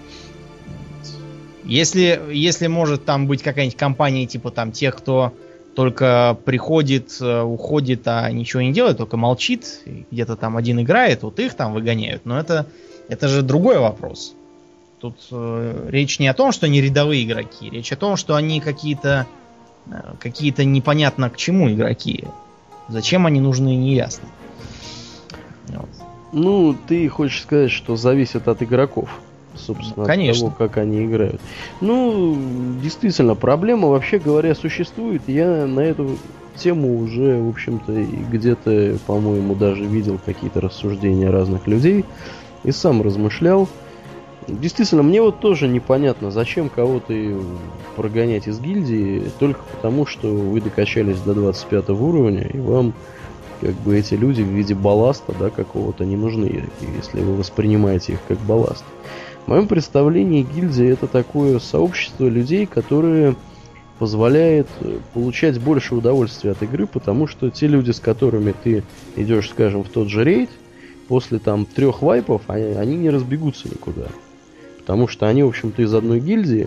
Если может там быть какая-нибудь компания типа там тех, кто только приходит, уходит, а ничего не делает, только молчит, где-то там один играет, вот их там выгоняют. Но это же другой вопрос. Тут речь не о том, что они рядовые игроки, речь о том, что они какие-то непонятно к чему игроки. Зачем они нужны, неясно. Вот. Ну, ты хочешь сказать, что зависит от игроков, собственно, конечно, от того, как они играют. Ну, действительно, проблема, вообще говоря, существует. Я на эту тему уже, в общем-то, где-то, по-моему, даже видел какие-то рассуждения разных людей и сам размышлял. Действительно, мне вот тоже непонятно, зачем кого-то прогонять из гильдии только потому, что вы докачались до 25 уровня, и вам как бы эти люди в виде балласта, да, какого-то не нужны, если вы воспринимаете их как балласт. В моем представлении гильдия — это такое сообщество людей, которое позволяет получать больше удовольствия от игры, потому что те люди, с которыми ты идешь, скажем, в тот же рейд, после там 3 вайпов, они не разбегутся никуда. Потому что они, в общем-то, из одной гильдии.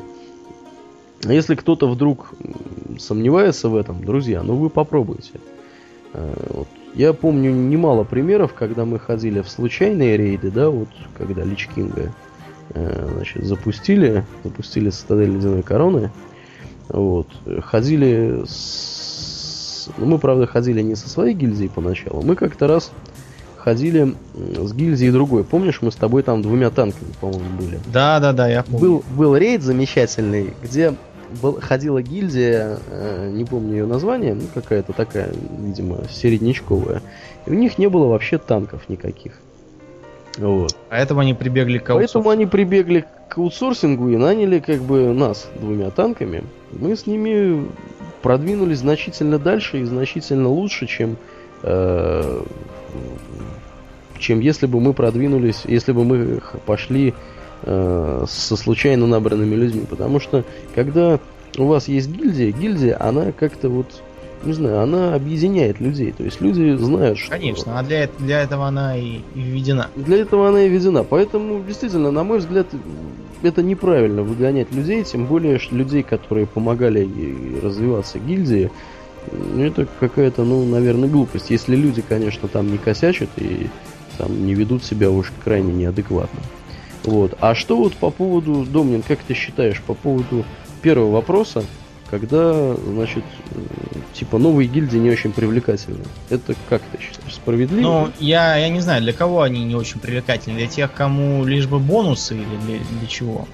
А если кто-то вдруг сомневается в этом, друзья, ну вы попробуйте. Вот. Я помню немало примеров, когда мы ходили в случайные рейды, да, вот когда Лич Кинга, значит, запустили Цитадель Ледяной Короны. Вот. Ходили ну, мы, правда, ходили не со своей гильдией поначалу. Мы как-то раз ходили с гильдией другой. Помнишь, мы с тобой там 2 танками, по-моему, были? Да, я помню. Был рейд замечательный, где ходила гильдия, не помню ее название, ну какая-то такая, видимо, середнячковая. И у них не было вообще танков никаких. Вот. Поэтому они прибегли к аутсорсингу и наняли как бы нас 2 танками. Мы с ними продвинулись значительно дальше и значительно лучше, чем если бы мы продвинулись, если бы мы пошли со случайно набранными людьми. Потому что, когда у вас есть гильдия, она как-то вот, не знаю, она объединяет людей. То есть люди знают, что... Конечно, а для этого она и введена. Для этого она и введена. Поэтому, действительно, на мой взгляд, это неправильно выгонять людей, тем более людей, которые помогали ей развиваться гильдии. Это какая-то, ну, наверное, глупость. Если люди, конечно, там не косячат и там не ведут себя уж крайне неадекватно. Вот. А что вот по поводу, Домнин, как ты считаешь, по поводу первого вопроса, когда, значит, типа новые гильдии не очень привлекательны? Это как ты считаешь, справедливо? Ну, я не знаю, для кого они не очень привлекательны. Для тех, кому лишь бы бонусы или для чего?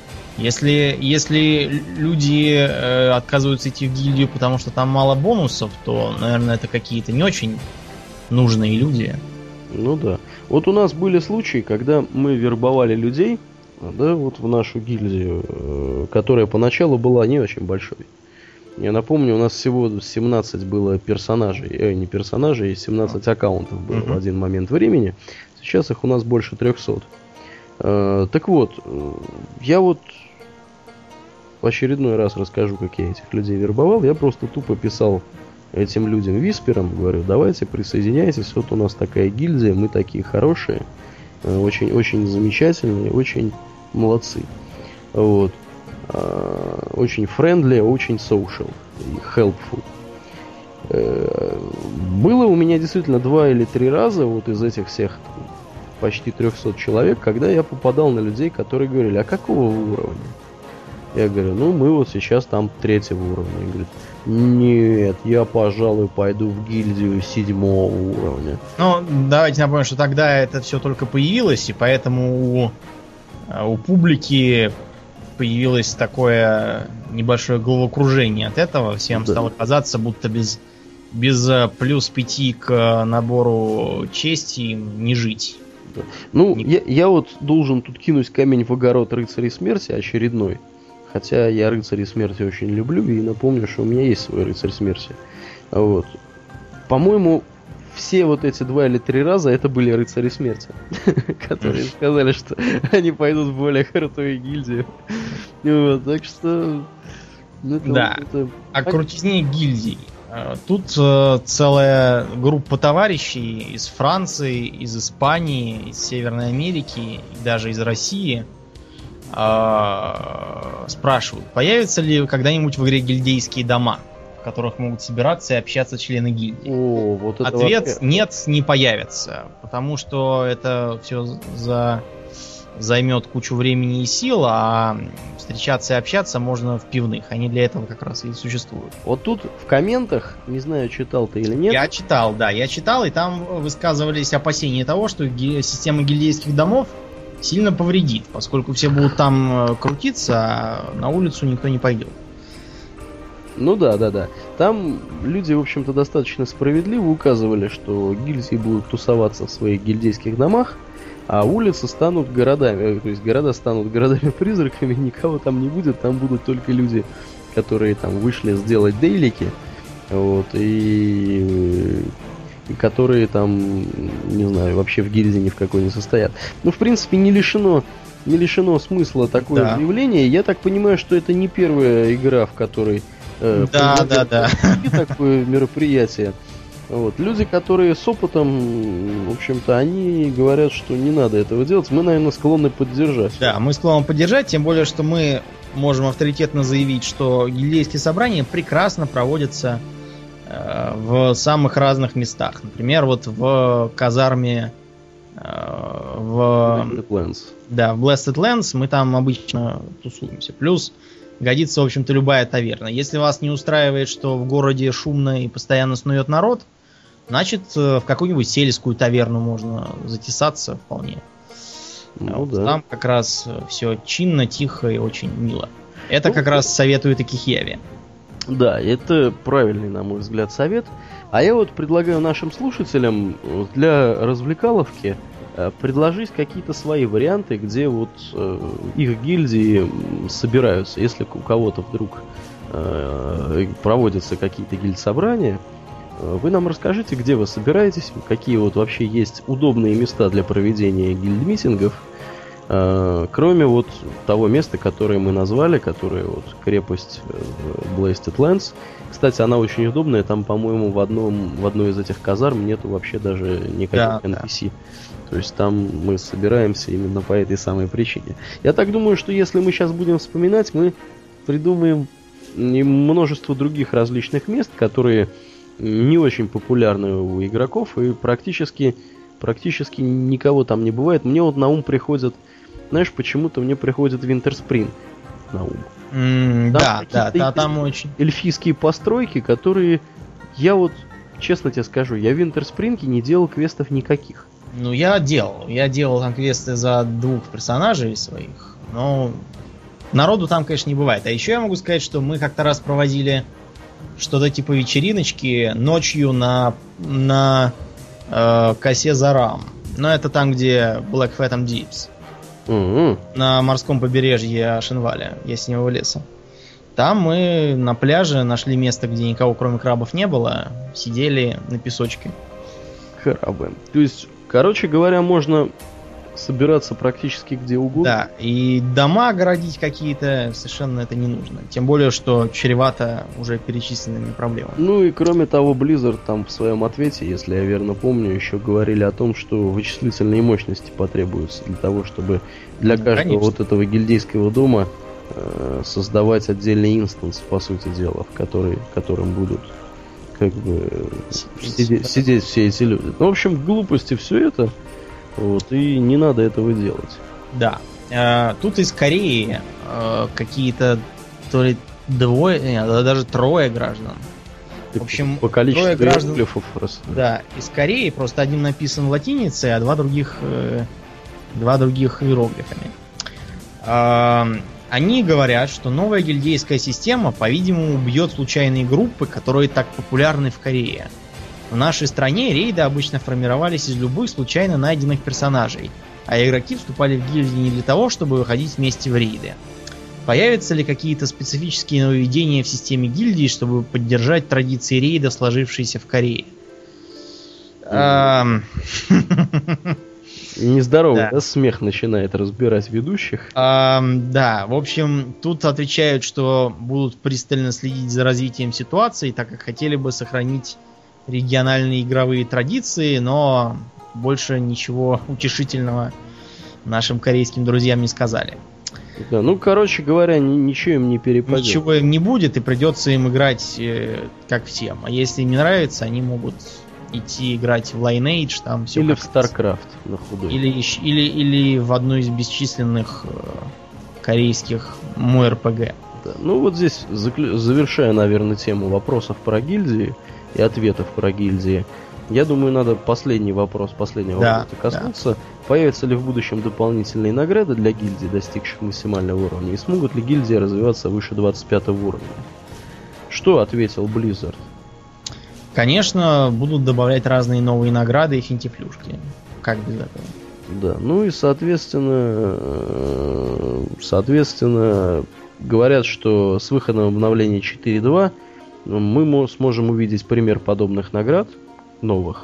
Если люди отказываются идти в гильдию, потому что там мало бонусов, то, наверное, это какие-то не очень нужные люди. Ну да. Вот у нас были случаи, когда мы вербовали людей, да, вот в нашу гильдию, которая поначалу была не очень большой. Я напомню, у нас всего 17 было персонажей, не персонажей, 17 аккаунтов было в один момент времени. Сейчас их у нас больше 300. Так вот, я вот в очередной раз расскажу, как я этих людей вербовал. Я просто тупо писал этим людям виспером, говорю, давайте присоединяйтесь, вот у нас такая гильдия, мы такие хорошие, очень замечательные, очень молодцы. Вот. Очень friendly, очень social и helpful. Было у меня действительно 2 или 3 раза вот из этих всех почти 300 человек, когда я попадал на людей, которые говорили, а какого уровня? Я говорю, ну мы вот сейчас там 3-го уровня. Они говорят, нет, я, пожалуй, пойду в гильдию 7-го уровня. Ну, давайте напомним, что тогда это все только появилось, и поэтому у публики появилось такое небольшое головокружение от этого. Всем стало казаться, будто без плюс 5 к набору чести им не жить. Да. Ну, я вот должен тут кинуть камень в огород рыцарей смерти очередной. Хотя я рыцарей смерти очень люблю, и напомню, что у меня есть свой рыцарь смерти. Вот. По-моему, все вот эти 2 или 3 раза это были рыцари смерти, которые сказали, что они пойдут в более крутую гильдию. Вот, так что... Да, о крутизне гильдий. Тут целая группа товарищей из Франции, из Испании, из Северной Америки и даже из России спрашивают, появятся ли когда-нибудь в игре гильдейские дома, в которых могут собираться и общаться члены гильдии. Вот ответ вообще... нет, не появится, потому что это все займет кучу времени и сил, а встречаться и общаться можно в пивных. Они для этого как раз и существуют. Вот тут в комментах, не знаю, читал ты или нет. Я читал, и там высказывались опасения того, что система гильдейских домов сильно повредит, поскольку все будут там крутиться, а на улицу никто не пойдет. Ну да. Там люди, в общем-то, достаточно справедливо указывали, что гильдии будут тусоваться в своих гильдейских домах, а улицы станут городами, то есть города станут городами-призраками, никого там не будет, там будут только люди, которые там вышли сделать дейлики, вот, и которые там, не знаю, вообще в гильдии ни в какой не состоят. Ну, в принципе, не лишено смысла такое заявление. Я так понимаю, что это не первая игра, в которой такое мероприятие. Вот. Люди, которые с опытом, в общем-то, они говорят, что не надо этого делать. Мы, наверное, склонны поддержать. Да, мы склонны поддержать, тем более, что мы можем авторитетно заявить, что гильдейские собрания прекрасно проводятся в самых разных местах. Например, вот в казарме Blasted Lands. Да, в Blasted Lands мы там обычно тусуемся. Плюс годится, в общем-то, любая таверна. Если вас не устраивает, что в городе шумно и постоянно снует народ, значит, в какую-нибудь сельскую таверну можно затесаться вполне. Вот там как раз все чинно, тихо и очень мило. Это как раз советует и Кихьяви. Да, это правильный, на мой взгляд, совет. А я вот предлагаю нашим слушателям для развлекаловки предложить какие-то свои варианты, где вот их гильдии собираются. Если у кого-то вдруг проводятся какие-то гильд-собрания, вы нам расскажите, где вы собираетесь, какие вот вообще есть удобные места для проведения гильд-митингов, кроме вот того места, которое мы назвали, которое вот крепость Blasted Lands. Кстати, она очень удобная, там, по-моему, в одной из этих казарм нету вообще даже никаких NPC. Да. То есть там мы собираемся именно по этой самой причине. Я так думаю, что если мы сейчас будем вспоминать, мы придумаем множество других различных мест, которые не очень популярны у игроков, и практически никого там не бывает. Мне вот на ум приходит, знаешь, почему-то мне приходит Winterspring на ум. Там очень эльфийские постройки, которые я вот, честно тебе скажу, я в Winterspring не делал квестов никаких. Ну, я делал там квесты за 2 персонажей своих, но народу там, конечно, не бывает. А еще я могу сказать, что мы как-то раз проводили что-то типа вечериночки ночью на косе Зарам. Но это там, где Black Phantom Deeps. На морском побережье Ашенваля, Ясневого леса. Там мы на пляже нашли место, где никого кроме крабов не было. Сидели на песочке. Крабы. То есть, короче говоря, можно собираться практически где угодно. Да, и дома огородить какие-то совершенно это не нужно. Тем более, что чревато уже перечисленными проблемами. Ну и кроме того, Blizzard там в своем ответе, если я верно помню, еще говорили о том, что вычислительные мощности потребуются для того, чтобы для каждого конечно. вот этого гильдейского дома создавать отдельный инстанс, по сути дела, в котором будут как бы сидеть все эти люди. Ну, в общем, глупости все это, вот, и не надо этого делать. Да. Тут из Кореи какие-то то ли двое, нет, даже трое граждан. В общем, по количеству трое граждан, иероглифов просто. Да, из Кореи, просто один написан латиницей, а два других иероглифами. Они говорят, что новая гильдейская система, по-видимому, убьет случайные группы, которые так популярны в Корее. В нашей стране рейды обычно формировались из любых случайно найденных персонажей, а игроки вступали в гильдии не для того, чтобы выходить вместе в рейды. Появятся ли какие-то специфические нововведения в системе гильдии, чтобы поддержать традиции рейда, сложившиеся в Корее? Нездоровый, да, смех начинает разбирать ведущих. Да, в общем, тут отвечают, что будут пристально следить за развитием ситуации, так как хотели бы сохранить региональные игровые традиции, но больше ничего утешительного нашим корейским друзьям не сказали. Да, ну, короче говоря, ничего им не перепадет. Ничего им не будет, и придется им играть как всем. А если им не нравится, они могут идти играть в Lineage, там все. Или в StarCraft на худой. Или в одну из бесчисленных корейских МОРПГ. Да. Ну вот здесь, завершая, наверное, тему вопросов про гильдии и ответов про гильдии, я думаю, надо последнего вопроса коснуться. Да. Появятся ли в будущем дополнительные награды для гильдий, достигших максимального уровня, и смогут ли гильдии развиваться выше 25 уровня? Что ответил Blizzard? Конечно, будут добавлять разные новые награды и финтифлюшки. Как без этого? Да, ну и соответственно, говорят, что с выходом обновления 4.2 мы сможем увидеть пример подобных наград новых,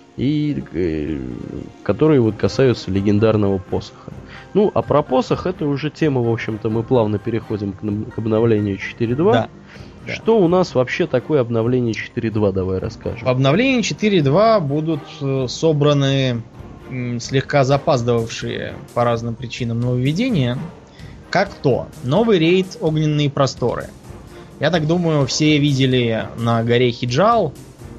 и которые вот касаются легендарного посоха. Ну, а про посох это уже тема, в общем-то, мы плавно переходим к обновлению 4.2. Да. Что у нас вообще такое обновление 4.2, давай расскажем. В обновлении 4.2 будут собраны слегка запаздывавшие по разным причинам нововведения, как то новый рейд «Огненные просторы». Я так думаю, все видели на горе Хиджал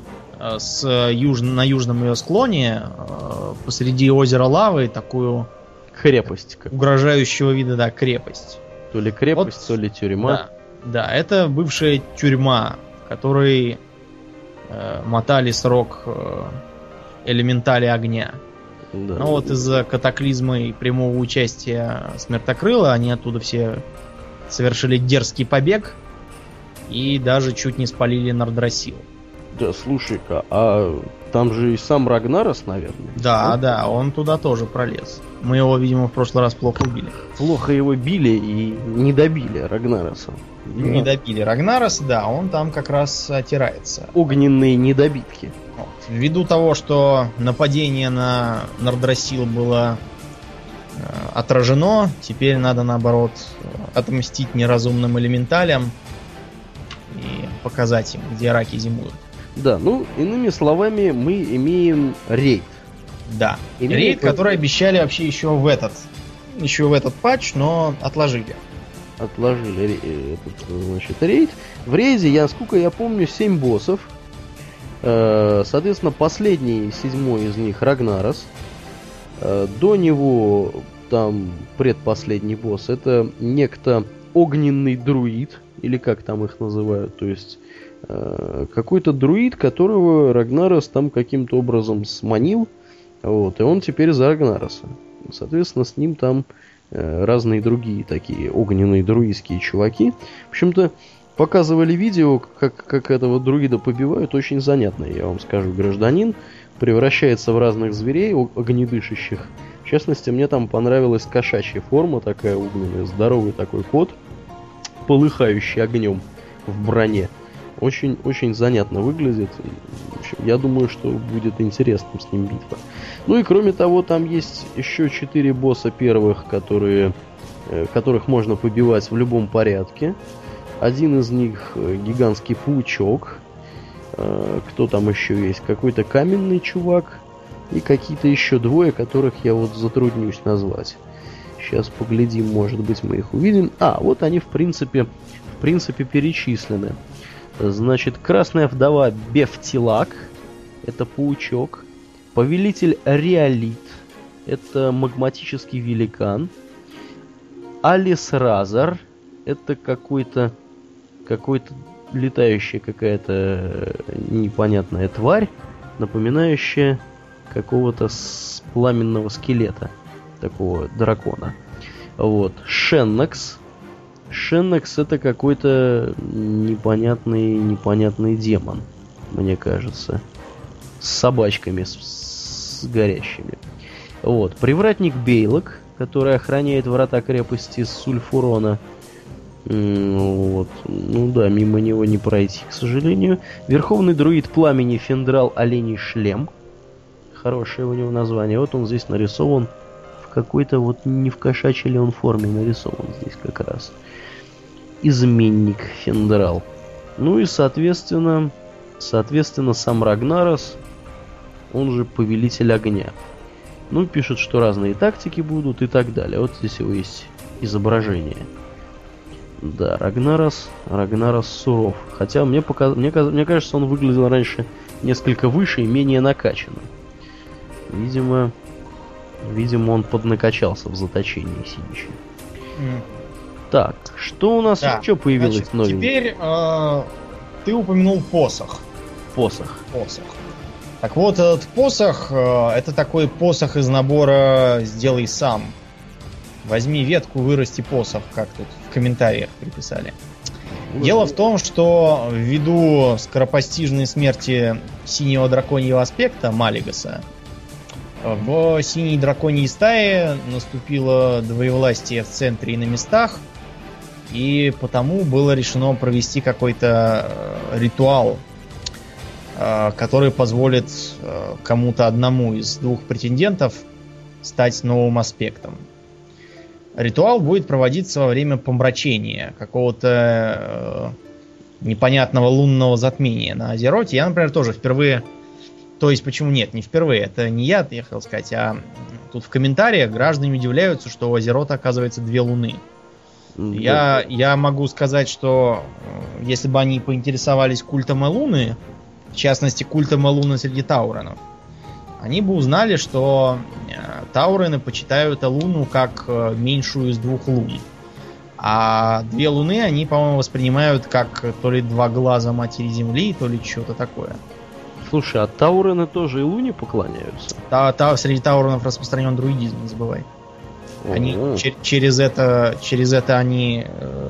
на южном ее склоне посреди озера лавы такую крепость. Угрожающего вида, да, крепость. То ли крепость, то ли тюрьма. Да, это бывшая тюрьма, в которой мотали срок элементали огня. Да. Но вот из-за катаклизма и прямого участия Смертокрыла они оттуда все совершили дерзкий побег и даже чуть не спалили Нордрасил. Да, слушай-ка, а там же и сам Рагнарос, наверное. Да, он туда тоже пролез. Мы его, видимо, в прошлый раз плохо убили. Плохо его били и не добили Рагнароса. Не добили Рагнароса, да, он там как раз отирается. Огненные недобитки. Вот. Ввиду того, что нападение на Нордрасил было отражено, теперь надо, наоборот, отмстить неразумным элементалям и показать им, где раки зимуют. Да, ну, иными словами, мы имеем рейд. Да, рейд, который обещали вообще еще в этот патч, но отложили. Отложили этот, рейд. В рейде, сколько я помню, 7 боссов. Соответственно, последний, 7-й из них Рагнарос. До него там предпоследний босс. Это некто огненный друид, или как там их называют, то есть какой-то друид, которого Рагнарос там каким-то образом сманил, вот, и он теперь за Рагнароса. Соответственно, с ним там разные другие такие огненные друидские чуваки. В общем-то, показывали видео, как этого друида побивают, очень занятно, я вам скажу. Гражданин превращается в разных зверей огнедышащих. В частности, мне там понравилась кошачья форма, такая огненная, здоровый такой кот, полыхающий огнем в броне. Очень, очень занятно выглядит. общем, я думаю, что будет интересным с ним битва. Ну и кроме того, там есть еще 4 босса первых, которых можно побивать в любом порядке. Один из них гигантский паучок. Кто там еще есть? Какой-то каменный чувак. И какие-то еще двое, которых я вот затруднюсь назвать. Сейчас поглядим, может быть, мы их увидим. Вот они в принципе перечислены. Значит, красная вдова Бефтилак. Это паучок. Повелитель Реолит. Это магматический великан. Алис Разар. Это какой-то летающая какая-то непонятная тварь, напоминающая какого-то пламенного скелета, такого дракона. Вот. Шеннекс. Шеннекс это какой-то непонятный демон, мне кажется. С собачками, с горящими. Вот. Привратник Бейлок, который охраняет врата крепости Сульфурона. Вот. Ну да, мимо него не пройти, к сожалению. Верховный друид пламени Фендрал Оленей Шлем. Хорошее у него название. Вот он здесь нарисован в какой-то вот не в кошачьей ли он форме нарисован здесь как раз. Изменник Фендрал. Ну и соответственно сам Рагнарос, он же повелитель огня. Ну, пишут, что разные тактики будут и так далее. Вот здесь его есть изображение. Да, Рагнарос суров. Хотя мне кажется, он выглядел раньше несколько выше и менее накачанным. Видимо, он поднакачался в заточении сидящий. Так, что у нас еще появилось новенького? Теперь ты упомянул посох. Посох. Так вот, этот посох, это такой посох из набора «Сделай сам». Возьми ветку, вырасти посох, как тут в комментариях приписали. Дело в том, что ввиду скоропостижной смерти синего драконьего аспекта Малигаса, в синей драконьей стае наступило двоевластие в центре и на местах, и потому было решено провести какой-то ритуал, который позволит кому-то одному из двух претендентов стать новым аспектом. Ритуал будет проводиться во время помрачения, какого-то непонятного лунного затмения на Азероте. Я, например, тоже впервые... То есть, почему нет? Не впервые. Это не я хотел сказать, а тут в комментариях граждане удивляются, что у Азерота оказывается 2 луны. Я могу сказать, что если бы они поинтересовались культом Элуны, в частности культом Элуны среди тауренов, они бы узнали, что таурены почитают Элуну как меньшую из 2 лун. А 2 луны они, по-моему, воспринимают как то ли 2 глаза Матери Земли, то ли что-то такое. Слушай, а таурены тоже Элуне поклоняются? Среди тауренов распространен друидизм, не забывай. Они через это они...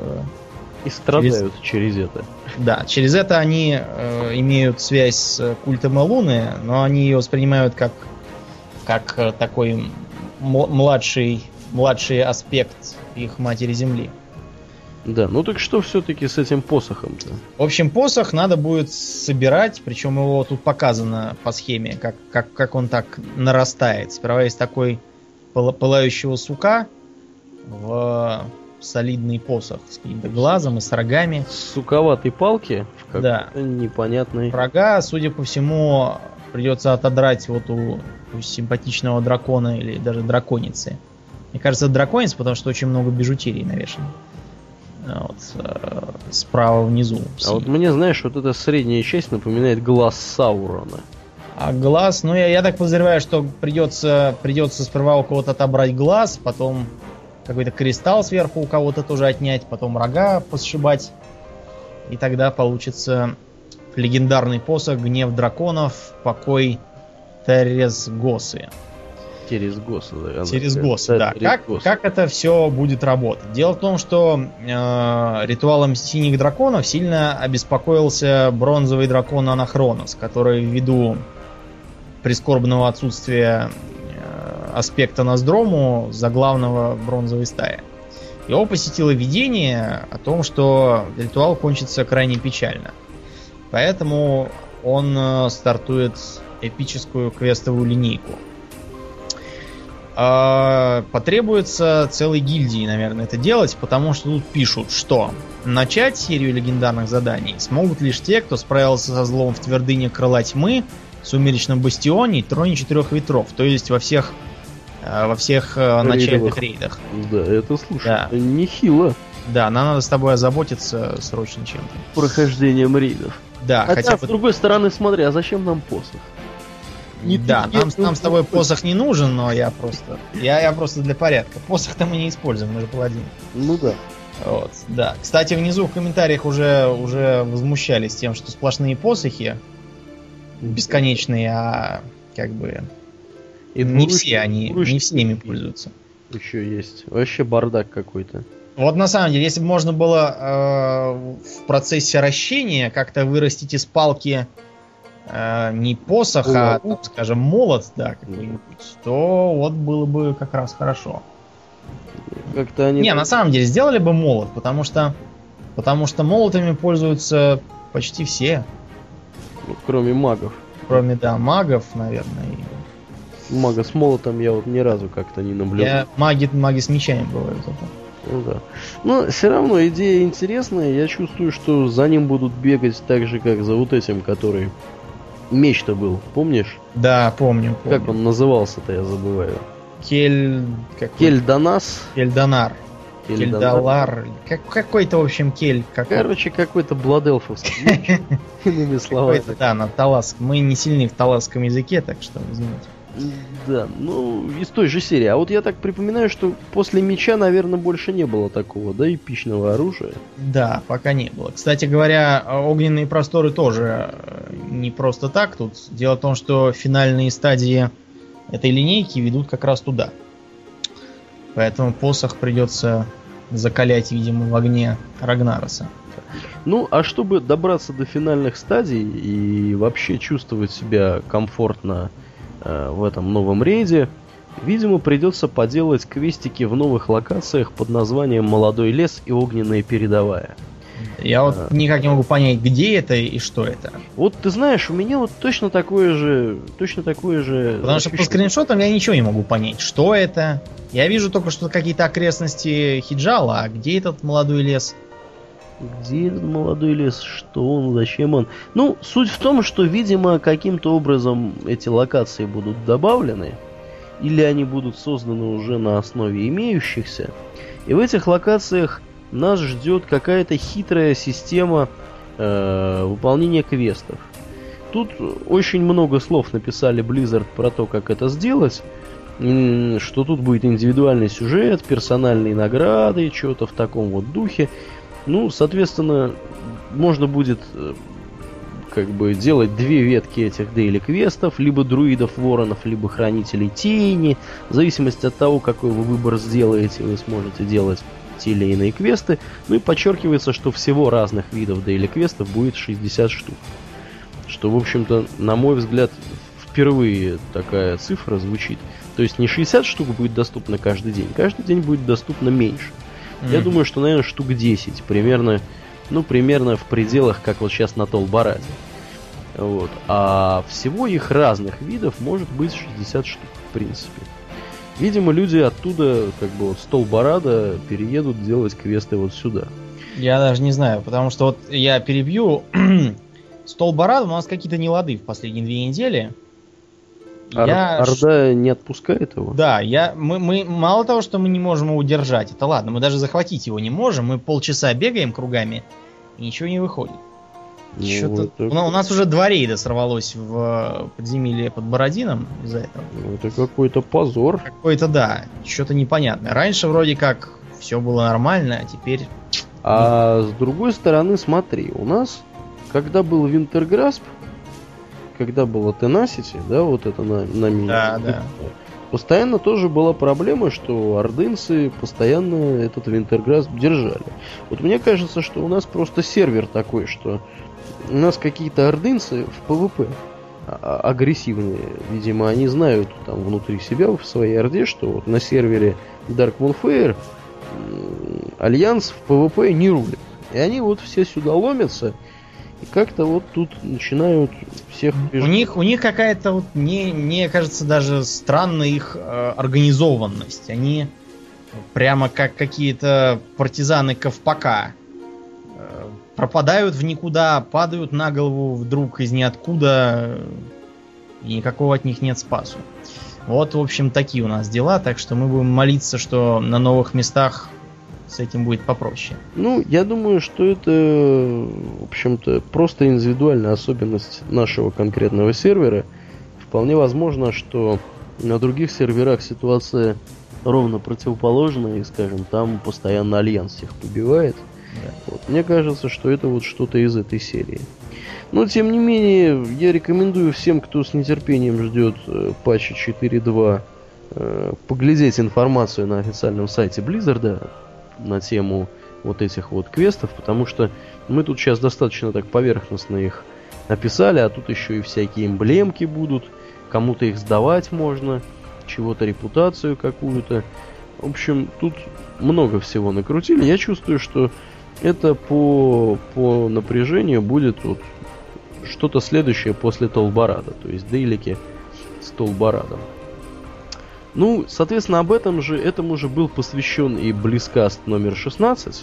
И страдают через это. Да, через это они имеют связь с культом Элуны, но они ее воспринимают как такой младший аспект их Матери Земли. Да, ну так что все-таки с этим посохом-то? В общем, посох надо будет собирать, причем его тут показано по схеме, как он так нарастает. Сперва есть такой пылающего сука в солидный посох с каким-то глазом и с рогами. Суковатой палки в какой-то непонятной... Рога, судя по всему, придется отодрать вот у симпатичного дракона или даже драконицы. Мне кажется, это драконец, потому что очень много бижутерии навешано. Вот, справа внизу. А вот мне, знаешь, вот эта средняя часть напоминает глаз Саурона. А глаз, ну я так подозреваю, что придется сперва у кого-то отобрать глаз, потом какой-то кристалл сверху у кого-то тоже отнять, потом рога посшибать. И тогда получится легендарный посох «Гнев драконов. Покой Терезгосы». Терезгосы, да. Терезгосы, да. Как это все будет работать? Дело в том, что ритуалом синих драконов сильно обеспокоился бронзовый дракон Анахронос, который ввиду прискорбного отсутствия аспекта Ноздрому заглавного бронзовой стаи. Его посетило видение о том, что ритуал кончится крайне печально. Поэтому он стартует эпическую квестовую линейку. Потребуется целой гильдии, наверное, это делать, потому что тут пишут, что начать серию легендарных заданий смогут лишь те, кто справился со злом в твердыне Крыла Тьмы, Сумеречном Бастионе и Троне Четырех Ветров, то есть во всех начальных рейдах. Да, это, слушай, нехило. Да, нам надо с тобой озаботиться срочно чем-то. Прохождением рейдов. Да, хотя с другой стороны, смотри, а зачем нам посох? Нам с тобой посох не нужен, но я просто для порядка. Посох-то мы не используем, мы же паладин. Ну да. Вот, да. Кстати, внизу в комментариях уже возмущались тем, что сплошные посохи бесконечные, а как бы и не все ими пользуются. Еще есть. Вообще бардак какой-то. Вот на самом деле, если бы можно было в процессе ращения как-то вырастить из палки не посох, а, скажем, молот, да, какой-нибудь, то вот было бы как раз хорошо. Как-то они... Не, на самом деле, сделали бы молот, потому что молотами пользуются почти все. Ну, кроме магов. Кроме, да, магов, наверное. Мага с молотом я вот ни разу как-то не наблюдал. Маги с мечами бывают. Ну да. Но все равно идея интересная. Я чувствую, что за ним будут бегать так же, как за вот этим, который... Меч-то был, помнишь? Да, помню. Как он назывался-то, я забываю. Кельданас? Кельдонар. Кельдалар. Какой-то, в общем, Короче, какой-то бладелфовский меч. Иными словами. Да, на таласском. Мы не сильны в таласском языке, так что извините. Да, ну, из той же серии. А вот я так припоминаю, что после меча, наверное, больше не было такого, да, эпичного оружия. Да, пока не было. Кстати говоря, огненные просторы тоже не просто так. Тут дело в том, что финальные стадии этой линейки ведут как раз туда. Поэтому посох придется закалять, видимо, в огне Рагнароса. Ну, а чтобы добраться до финальных стадий и вообще чувствовать себя комфортно в этом новом рейде, видимо, придется поделать квестики в новых локациях под названием «Молодой лес» и «Огненная передовая». Я вот никак не могу понять, где это и что это. Вот ты знаешь, у меня вот точно такое же. Потому что по скриншотам я ничего не могу понять, что это. Я вижу только, что какие-то окрестности Хиджала, а где этот молодой лес? Где этот молодой лес? Что он? Зачем он? Ну, суть в том, что, видимо, каким-то образом эти локации будут добавлены, или они будут созданы уже на основе имеющихся. И в этих локациях нас ждет какая-то хитрая система выполнения квестов. Тут очень много слов написали Blizzard про то, как это сделать. Что тут будет индивидуальный сюжет, персональные награды, что-то в таком вот духе. Ну, соответственно, можно будет как бы делать две ветки этих дейли-квестов, либо друидов-воронов, либо хранителей тени. В зависимости от того, какой вы выбор сделаете, вы сможете делать те или иные квесты. Ну и подчеркивается, что всего разных видов дейли-квестов будет 60 штук. Что, в общем-то, на мой взгляд, впервые такая цифра звучит. То есть не 60 штук будет доступно каждый день будет доступно меньше. Я думаю, что, наверное, штук 10, примерно в пределах, как вот сейчас на Толбараде. Вот. А всего их разных видов может быть 60 штук, в принципе. Видимо, люди оттуда, как бы вот с Толбарада, переедут делать квесты вот сюда. Я даже не знаю, потому что вот я перебью. С Толбарадом у нас какие-то нелады в последние 2 недели. Орда не отпускает его? Да, мы мало того, что мы не можем его удержать, это ладно, мы даже захватить его не можем, мы полчаса бегаем кругами, и ничего не выходит. У нас уже 2 рейда сорвалось в подземелье под Бородином из-за этого. Это какой-то позор. Какой-то, да, что-то непонятное. Раньше вроде как все было нормально, а теперь... А с другой стороны, смотри, у нас, когда был Винтерграсп, когда было Tenacity, да, вот это на минус, да. Постоянно тоже была проблема, что ордынцы постоянно этот Винтерграсп держали. Вот мне кажется, что у нас просто сервер такой, что у нас какие-то ордынцы в ПВП агрессивные. Видимо, они знают там внутри себя, в своей орде, что вот на сервере Dark Moonfire Альянс в ПВП не рулит. И они вот все сюда ломятся. И как-то вот тут начинают всех... У них какая-то, вот, мне кажется, даже странная их организованность. Они прямо как какие-то партизаны Ковпака. Пропадают в никуда, падают на голову вдруг из ниоткуда, и никакого от них нет спасу. Вот, в общем, такие у нас дела, так что мы будем молиться, что на новых местах с этим будет попроще. Ну, я думаю, что это, в общем-то, просто индивидуальная особенность нашего конкретного сервера. Вполне возможно, что на других серверах ситуация ровно противоположная, и, скажем, там постоянно Альянс всех побивает. Да. Вот. Мне кажется, что это вот что-то из этой серии. Но, тем не менее, я рекомендую всем, кто с нетерпением ждет патча 4.2, поглядеть информацию на официальном сайте Blizzard на тему вот этих вот квестов, потому что мы тут сейчас достаточно так поверхностно их описали, а тут еще и всякие эмблемки будут, кому-то их сдавать можно, чего-то репутацию какую-то. В общем, тут много всего накрутили. Я чувствую, что это по напряжению будет вот что-то следующее после Толбарада, то есть дейлики с Толбарадом. Ну, соответственно, этому же был посвящен и Близкаст номер 16,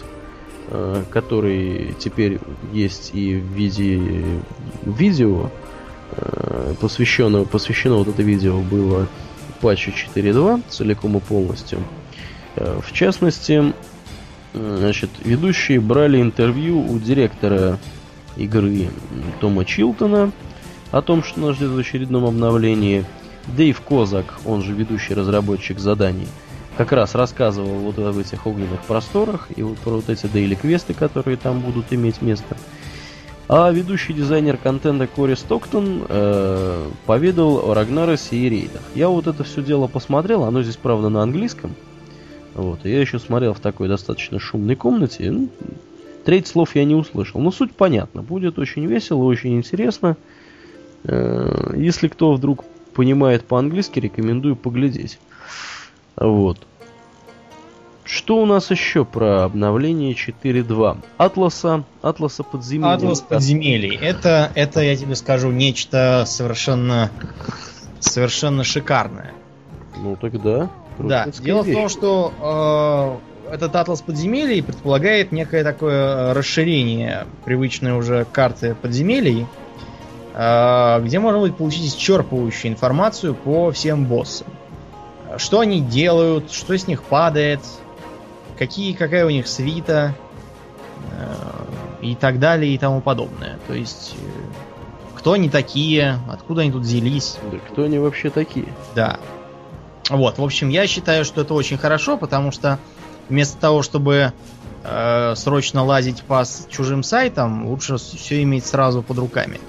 который теперь есть и в виде видео. Посвящено вот это видео было патчу 4.2 целиком и полностью. В частности, значит, ведущие брали интервью у директора игры Тома Чилтона о том, что нас ждет в очередном обновлении. Дэйв Козак, он же ведущий разработчик заданий, как раз рассказывал вот об этих огненных просторах и вот про вот эти дейли-квесты, которые там будут иметь место. А ведущий дизайнер контента Кори Стоктон поведал о Рагнаросе и рейдах. Я вот это все дело посмотрел, оно здесь, правда, на английском. Вот, и я еще смотрел в такой достаточно шумной комнате. Ну, треть слов я не услышал. Но суть понятна. Будет очень весело, очень интересно. Если кто вдруг понимает по-английски, рекомендую поглядеть. Вот. Что у нас еще про обновление 4.2? Атласа подземелий. Атлас подземелий. Это, я тебе скажу, нечто совершенно шикарное. Ну тогда. Да, дело в том, что этот атлас подземелий предполагает некое такое расширение привычной уже карты подземелий, где можно будет получить исчерпывающую информацию по всем боссам. Что они делают, что с них падает, какая у них свита и так далее и тому подобное. То есть, кто они такие, откуда они тут взялись. Да кто они вообще такие? Да. Вот, в общем, я считаю, что это очень хорошо, потому что вместо того, чтобы срочно лазить по чужим сайтам, лучше все иметь сразу под руками.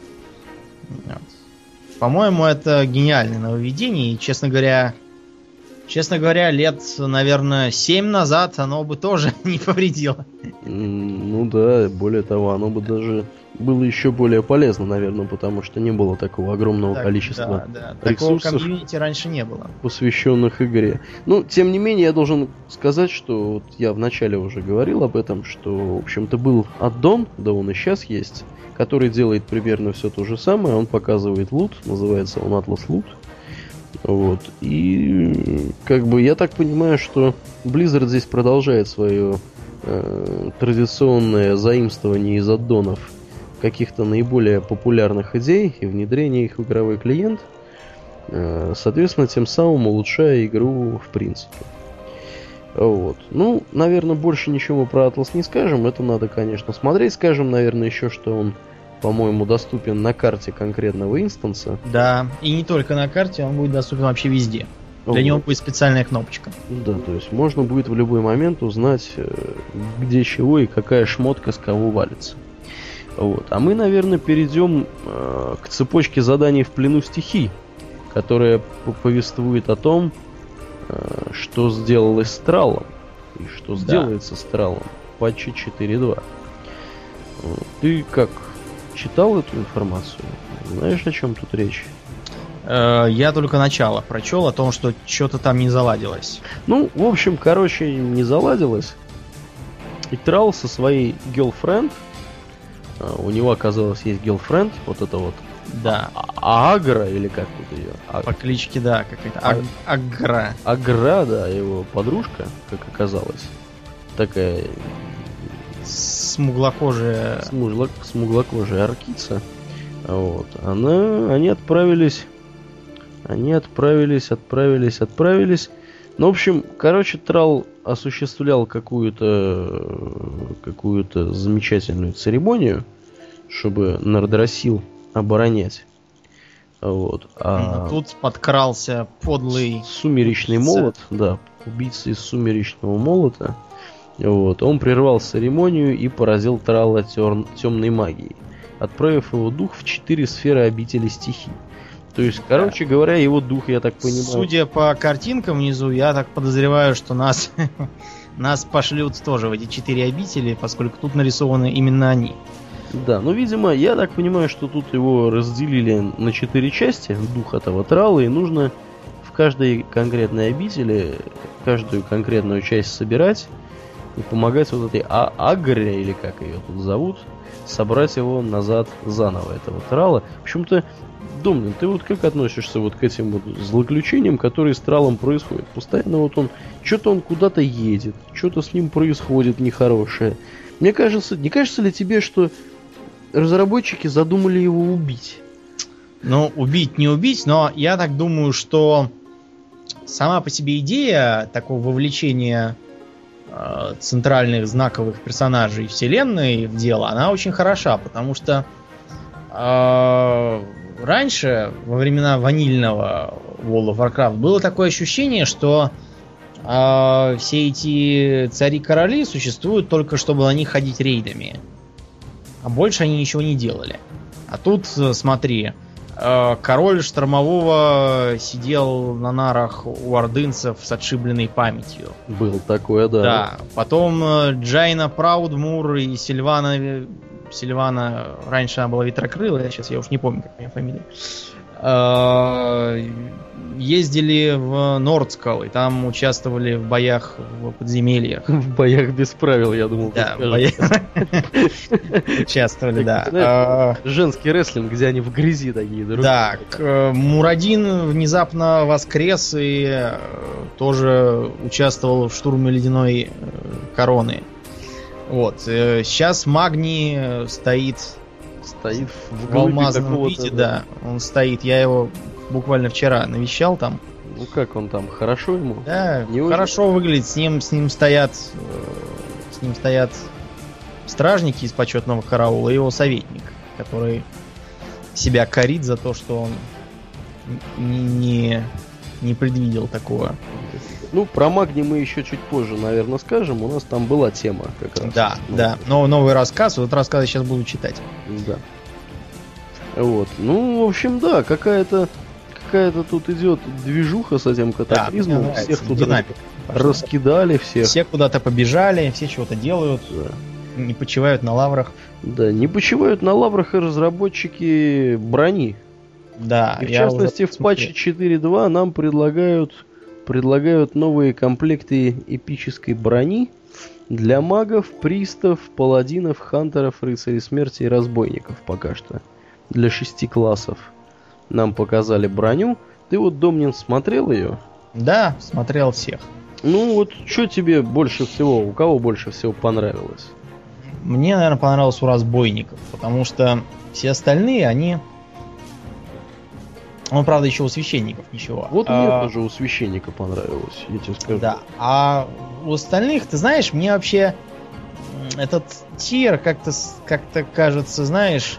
Вот. По-моему, это гениальное нововведение, и, честно говоря, лет, наверное, 7 назад оно бы тоже не повредило. Ну да, более того, оно бы даже было еще более полезно, наверное, потому что не было такого огромного количества ресурсов. Такого комьюнити раньше не было, посвященных игре. Ну, тем не менее, я должен сказать, что вот я вначале уже говорил об этом, что, в общем-то, был аддон, да он и сейчас есть, который делает примерно все то же самое. Он показывает лут, называется он Atlas Loot. Вот. И как бы я так понимаю, что Blizzard здесь продолжает свое традиционное заимствование из аддонов каких-то наиболее популярных идей и внедрение их в игровой клиент, соответственно, тем самым улучшая игру в принципе. Вот. Ну, наверное, больше ничего мы про Atlas не скажем. Это надо, конечно, смотреть. Скажем, наверное, еще, что он, по-моему, доступен на карте конкретного инстанса. Да, и не только на карте, он будет доступен вообще везде. Для него будет специальная кнопочка. Да, то есть можно будет в любой момент узнать, где чего и какая шмотка с кого валится. Вот. А мы, наверное, перейдем к цепочке заданий в плену стихий, которая повествует о том, что сделалось с Тралом и что сделается с Тралом в патче 4.2. Ты как, читал эту информацию? Знаешь, о чем тут речь? Я только начало прочел о том, что что-то там не заладилось. Ну, в общем, короче, не заладилось. И Трал со своей girlfriend у него, оказалось, есть girlfriend, вот это вот. Да. Агра, или как тут ее? По кличке, да, какая-то Агра. Агра, да, его подружка, как оказалось. Такая... Смуглокожая... Смуглокожая оркица. Вот. Они отправились. Ну, в общем, короче, Трал осуществлял какую-то замечательную церемонию, чтобы Нардрасил оборонять. Вот. Тут подкрался подлый сумеречный молот, да, убийца из сумеречного молота. Вот. Он прервал церемонию и поразил Трала темной магией, отправив его дух в 4 сферы обители стихий. То есть, короче говоря, его дух, я так понимаю... Судя по картинкам внизу, я так подозреваю, что нас пошлют тоже в эти 4 обители, поскольку тут нарисованы именно они. Да, ну, видимо, я так понимаю, что тут его разделили на 4 части, дух этого Трала, и нужно в каждой конкретной обители каждую конкретную часть собирать и помогать вот этой Агре, или как ее тут зовут, собрать его назад заново, этого Трала. В общем-то, Домнин, ты вот как относишься вот к этим вот злоключениям, которые с Тралом происходят? Постоянно вот он куда-то едет, что-то с ним происходит нехорошее. Мне кажется, не кажется ли тебе, что разработчики задумали его убить? Ну, убить не убить, но я так думаю, что сама по себе идея такого вовлечения центральных знаковых персонажей вселенной в дело, она очень хороша, потому что раньше, во времена ванильного World of Warcraft, было такое ощущение, что все эти цари-короли существуют только чтобы на них ходить рейдами. А больше они ничего не делали. А тут, смотри, король Штормового сидел на нарах у ордынцев с отшибленной памятью. Был такое, да. Да. Потом Джайна Праудмур и Сильвана, раньше она была ветрокрылая, сейчас я уж не помню, как ее фамилия, ездили в Нордскал, и там участвовали в боях в подземельях. В боях без правил, я думал. Да, в боях участвовали, да. Женский рестлинг, где они в грязи такие. Да, Мурадин внезапно воскрес и тоже участвовал в штурме Ледяной Короны. Вот. Сейчас Магни стоит в алмазном виде, да. Он стоит. Я его буквально вчера навещал там. Ну как он там? Хорошо ему? Да, хорошо выглядит. С ним стоят стражники из почетного караула и его советник, который себя корит за то, что он не предвидел такого. Ну, про Магни мы еще чуть позже, наверное, скажем. У нас там была тема как раз. Да, да. Но новый рассказ. Вот этот рассказ я сейчас буду читать. Да. Вот. Ну, в общем, да, какая-то тут идет движуха с этим катаклизмом. Да, всех тут раскидали, всех. Все куда-то побежали, все чего-то делают. Да. Не почивают на лаврах. Да, не почивают на лаврах и разработчики брони. Да. И в частности, в патче 4.2 нам предлагают новые комплекты эпической брони для магов, пристов, паладинов, хантеров, рыцарей смерти и разбойников пока что. Для 6 классов. Нам показали броню. Ты вот, Домнин, смотрел ее? Да, смотрел всех. Ну вот, что тебе больше всего, у кого больше всего понравилось? Мне, наверное, понравилось у разбойников, потому что все остальные, они... Ну, правда, еще у священников ничего. Вот мне тоже у священника понравилось, я тебе скажу. Да, а у остальных, ты знаешь, мне вообще этот тир как-то кажется, знаешь...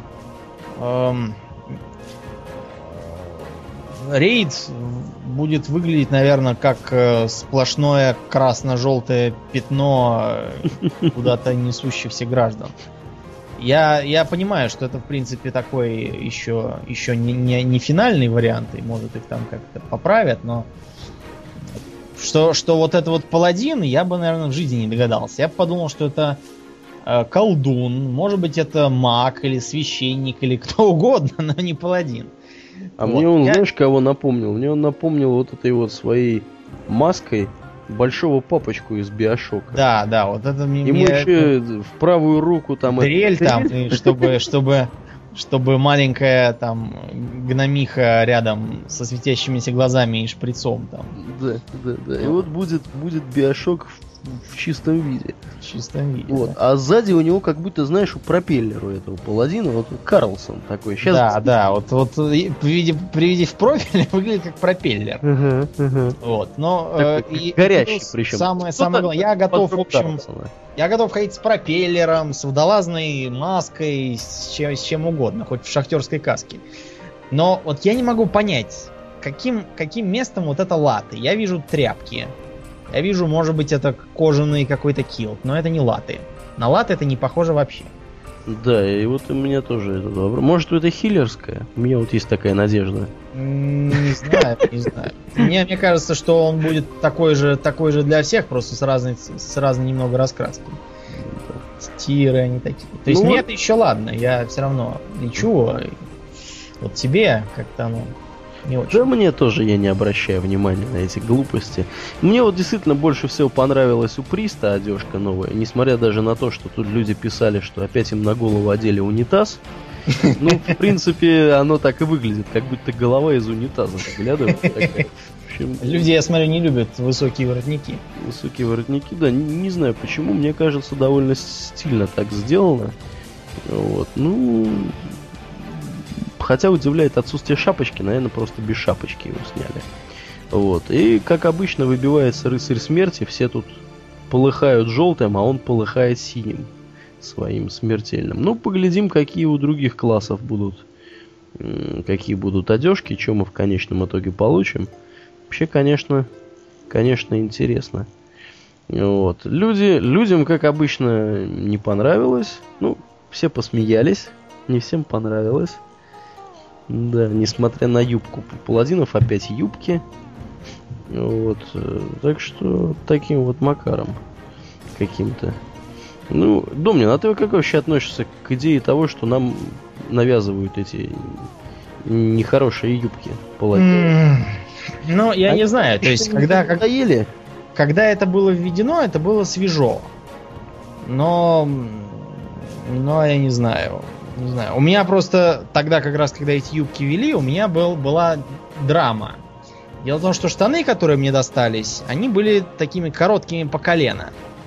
рейд будет выглядеть, наверное, как сплошное красно-желтое пятно куда-то несущихся граждан. Я понимаю, что это, в принципе, такой еще не финальный вариант, и, может, их там как-то поправят, но что вот это вот паладин, я бы, наверное, в жизни не догадался. Я бы подумал, что это колдун, может быть, это маг или священник, или кто угодно, но не паладин. А вот. Мне он, знаешь, кого напомнил? Мне он напомнил вот этой вот своей маской большого папочку из Биошока. Да, вот это мне... Ему еще в правую руку там... Дрель там, и чтобы маленькая там гномиха рядом со светящимися глазами и шприцом там. Да. И вот будет Биошок в чистом виде. В чистом виде. Вот. Да. А сзади у него как будто, знаешь, у пропеллера у этого паладина, вот Карлсон такой. Сейчас... Да, вот приведя в профиль, выглядит как пропеллер. Вот. Но горящий причем. Самое главное, я готов, в общем, я готов ходить с пропеллером, с водолазной маской, с чем угодно, хоть в шахтерской каске. Но вот я не могу понять, каким местом вот это латы. Я вижу тряпки. Я вижу, может быть, это кожаный какой-то килт, но это не латы. На латы это не похоже вообще. Да, и вот у меня тоже это добро. Может, это хиллерская? У меня вот есть такая надежда. Не знаю. Мне кажется, что он будет такой же для всех, просто с разной немного раскраской. Стиры они такие. То есть мне это еще ладно, я все равно лечу. Вот тебе как-то оно... Не очень. Да мне тоже, я не обращаю внимания на эти глупости. Мне вот действительно больше всего понравилась у Приста одежка новая, несмотря даже на то, что тут люди писали, что опять им на голову одели унитаз. Ну, в принципе, оно так и выглядит, как будто голова из унитаза выглядывает. Люди, я смотрю, не любят высокие воротники. Высокие воротники, да, не знаю почему, мне кажется, довольно стильно так сделано. Вот, ну... Хотя удивляет отсутствие шапочки, наверное, просто без шапочки его сняли. Вот. И, как обычно, выбивается рыцарь смерти, все тут полыхают желтым, а он полыхает синим, своим смертельным. Ну, поглядим, какие у других классов будут, какие будут одежки, что мы в конечном итоге получим. Вообще, конечно, интересно. Вот. Людям, как обычно, не понравилось. Ну, все посмеялись, не всем понравилось. Да, несмотря на юбку паладинов, опять юбки. Вот. Так что таким вот макаром каким-то. Ну, Домнин, а ты как вообще относишься к идее того, что нам навязывают эти нехорошие юбки паладинов? Ну, я не знаю. То есть, когда это было введено, это было свежо. Но я не знаю. Не знаю. У меня просто тогда, как раз, когда эти юбки ввели, у меня была драма. Дело в том, что штаны, которые мне достались, они были такими короткими по колено.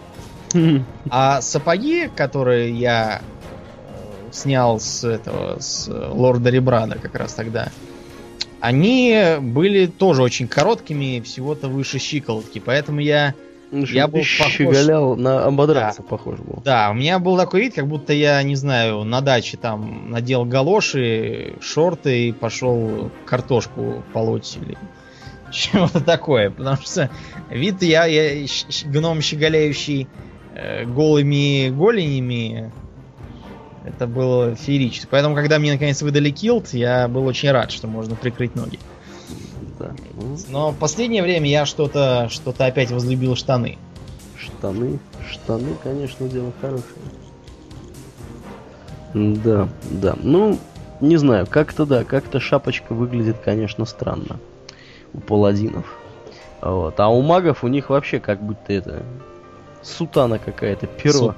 А сапоги, которые я снял с лорда Ребрана как раз тогда, они были тоже очень короткими, всего-то выше щиколотки. Поэтому я был щеголял, на ободраться похож был. Да, у меня был такой вид, как будто я, не знаю, на даче там надел галоши, шорты и пошел картошку полоть или чего-то такое. Потому что вид я гном, щеголяющий голыми голенями, это было феерически. Поэтому, когда мне наконец выдали килт, я был очень рад, что можно прикрыть ноги. Да. Но в последнее время я что-то опять возлюбил штаны. Штаны, конечно, дело хорошее. Да. Ну, не знаю, как-то шапочка выглядит, конечно, странно у паладинов. Вот. А у магов у них вообще как будто это сутана какая-то, перо.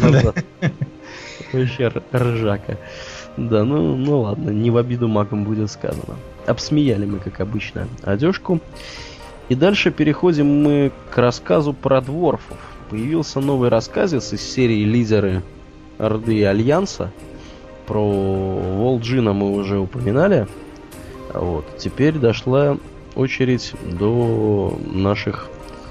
Вообще ржака. Да, ну ладно, не в обиду магам будет сказано. Обсмеяли мы, как обычно, одежку. И дальше переходим мы к рассказу про дворфов. Появился новый рассказец из серии «Лидеры Орды и Альянса». Про Волджина мы уже упоминали. Вот. Теперь дошла очередь до наших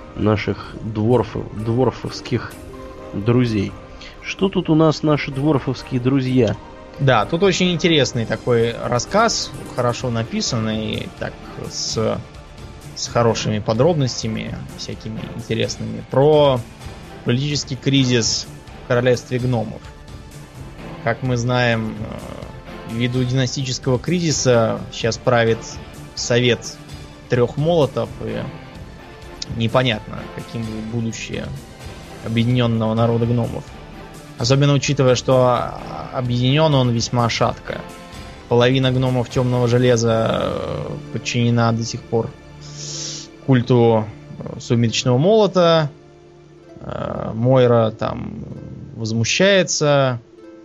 дворфовских друзей. Что тут у нас наши дворфовские друзья? Да, тут очень интересный такой рассказ, хорошо написанный, так с хорошими подробностями, всякими интересными, про политический кризис в королевстве гномов. Как мы знаем, ввиду династического кризиса сейчас правит совет трех молотов, и непонятно, каким будет будущее объединенного народа гномов. Особенно учитывая, что объединен он весьма шатко. Половина гномов темного железа подчинена до сих пор культу сумеречного молота. Мойра там возмущается.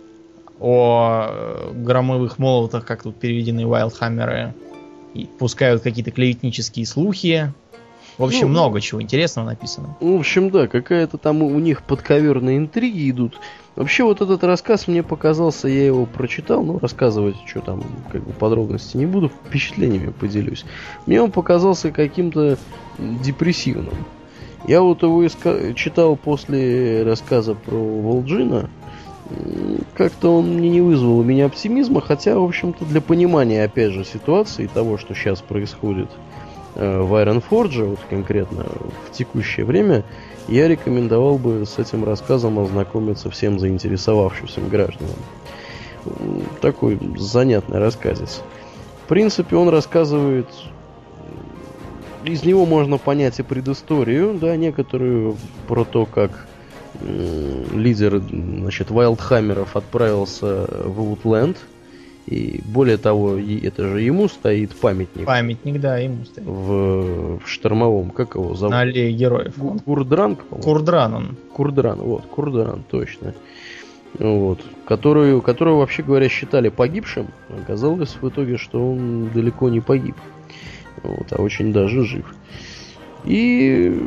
О громовых молотах, как тут переведены Вайлдхаммеры, и пускают какие-то клеветнические слухи. В общем, много чего интересного написано. В общем, да, какая-то там у них подковерные интриги идут. Вообще, вот этот рассказ мне показался, я его прочитал, рассказывать, что там, как бы подробности не буду, впечатлениями поделюсь. Мне он показался каким-то депрессивным. Я вот его читал после рассказа про Волджина. Как-то он мне не вызвал у меня оптимизма, хотя, в общем-то, для понимания, опять же, ситуации того, что сейчас происходит в Ironforge, вот конкретно в текущее время, я рекомендовал бы с этим рассказом ознакомиться всем заинтересовавшимся гражданам. Такой занятный рассказец. В принципе, он рассказывает... Из него можно понять и предысторию, да, некоторую про то, как лидер, значит, Вайлдхаммеров отправился в Утленд. И более того, это же ему стоит памятник. Памятник, да, ему стоит. В штормовом, как его зовут? На аллее героев. Курдран, по-моему? Курдран он. Курдран, точно. Вот. Которого, вообще говоря, считали погибшим. Оказалось в итоге, что он далеко не погиб. Вот, а очень даже жив. И...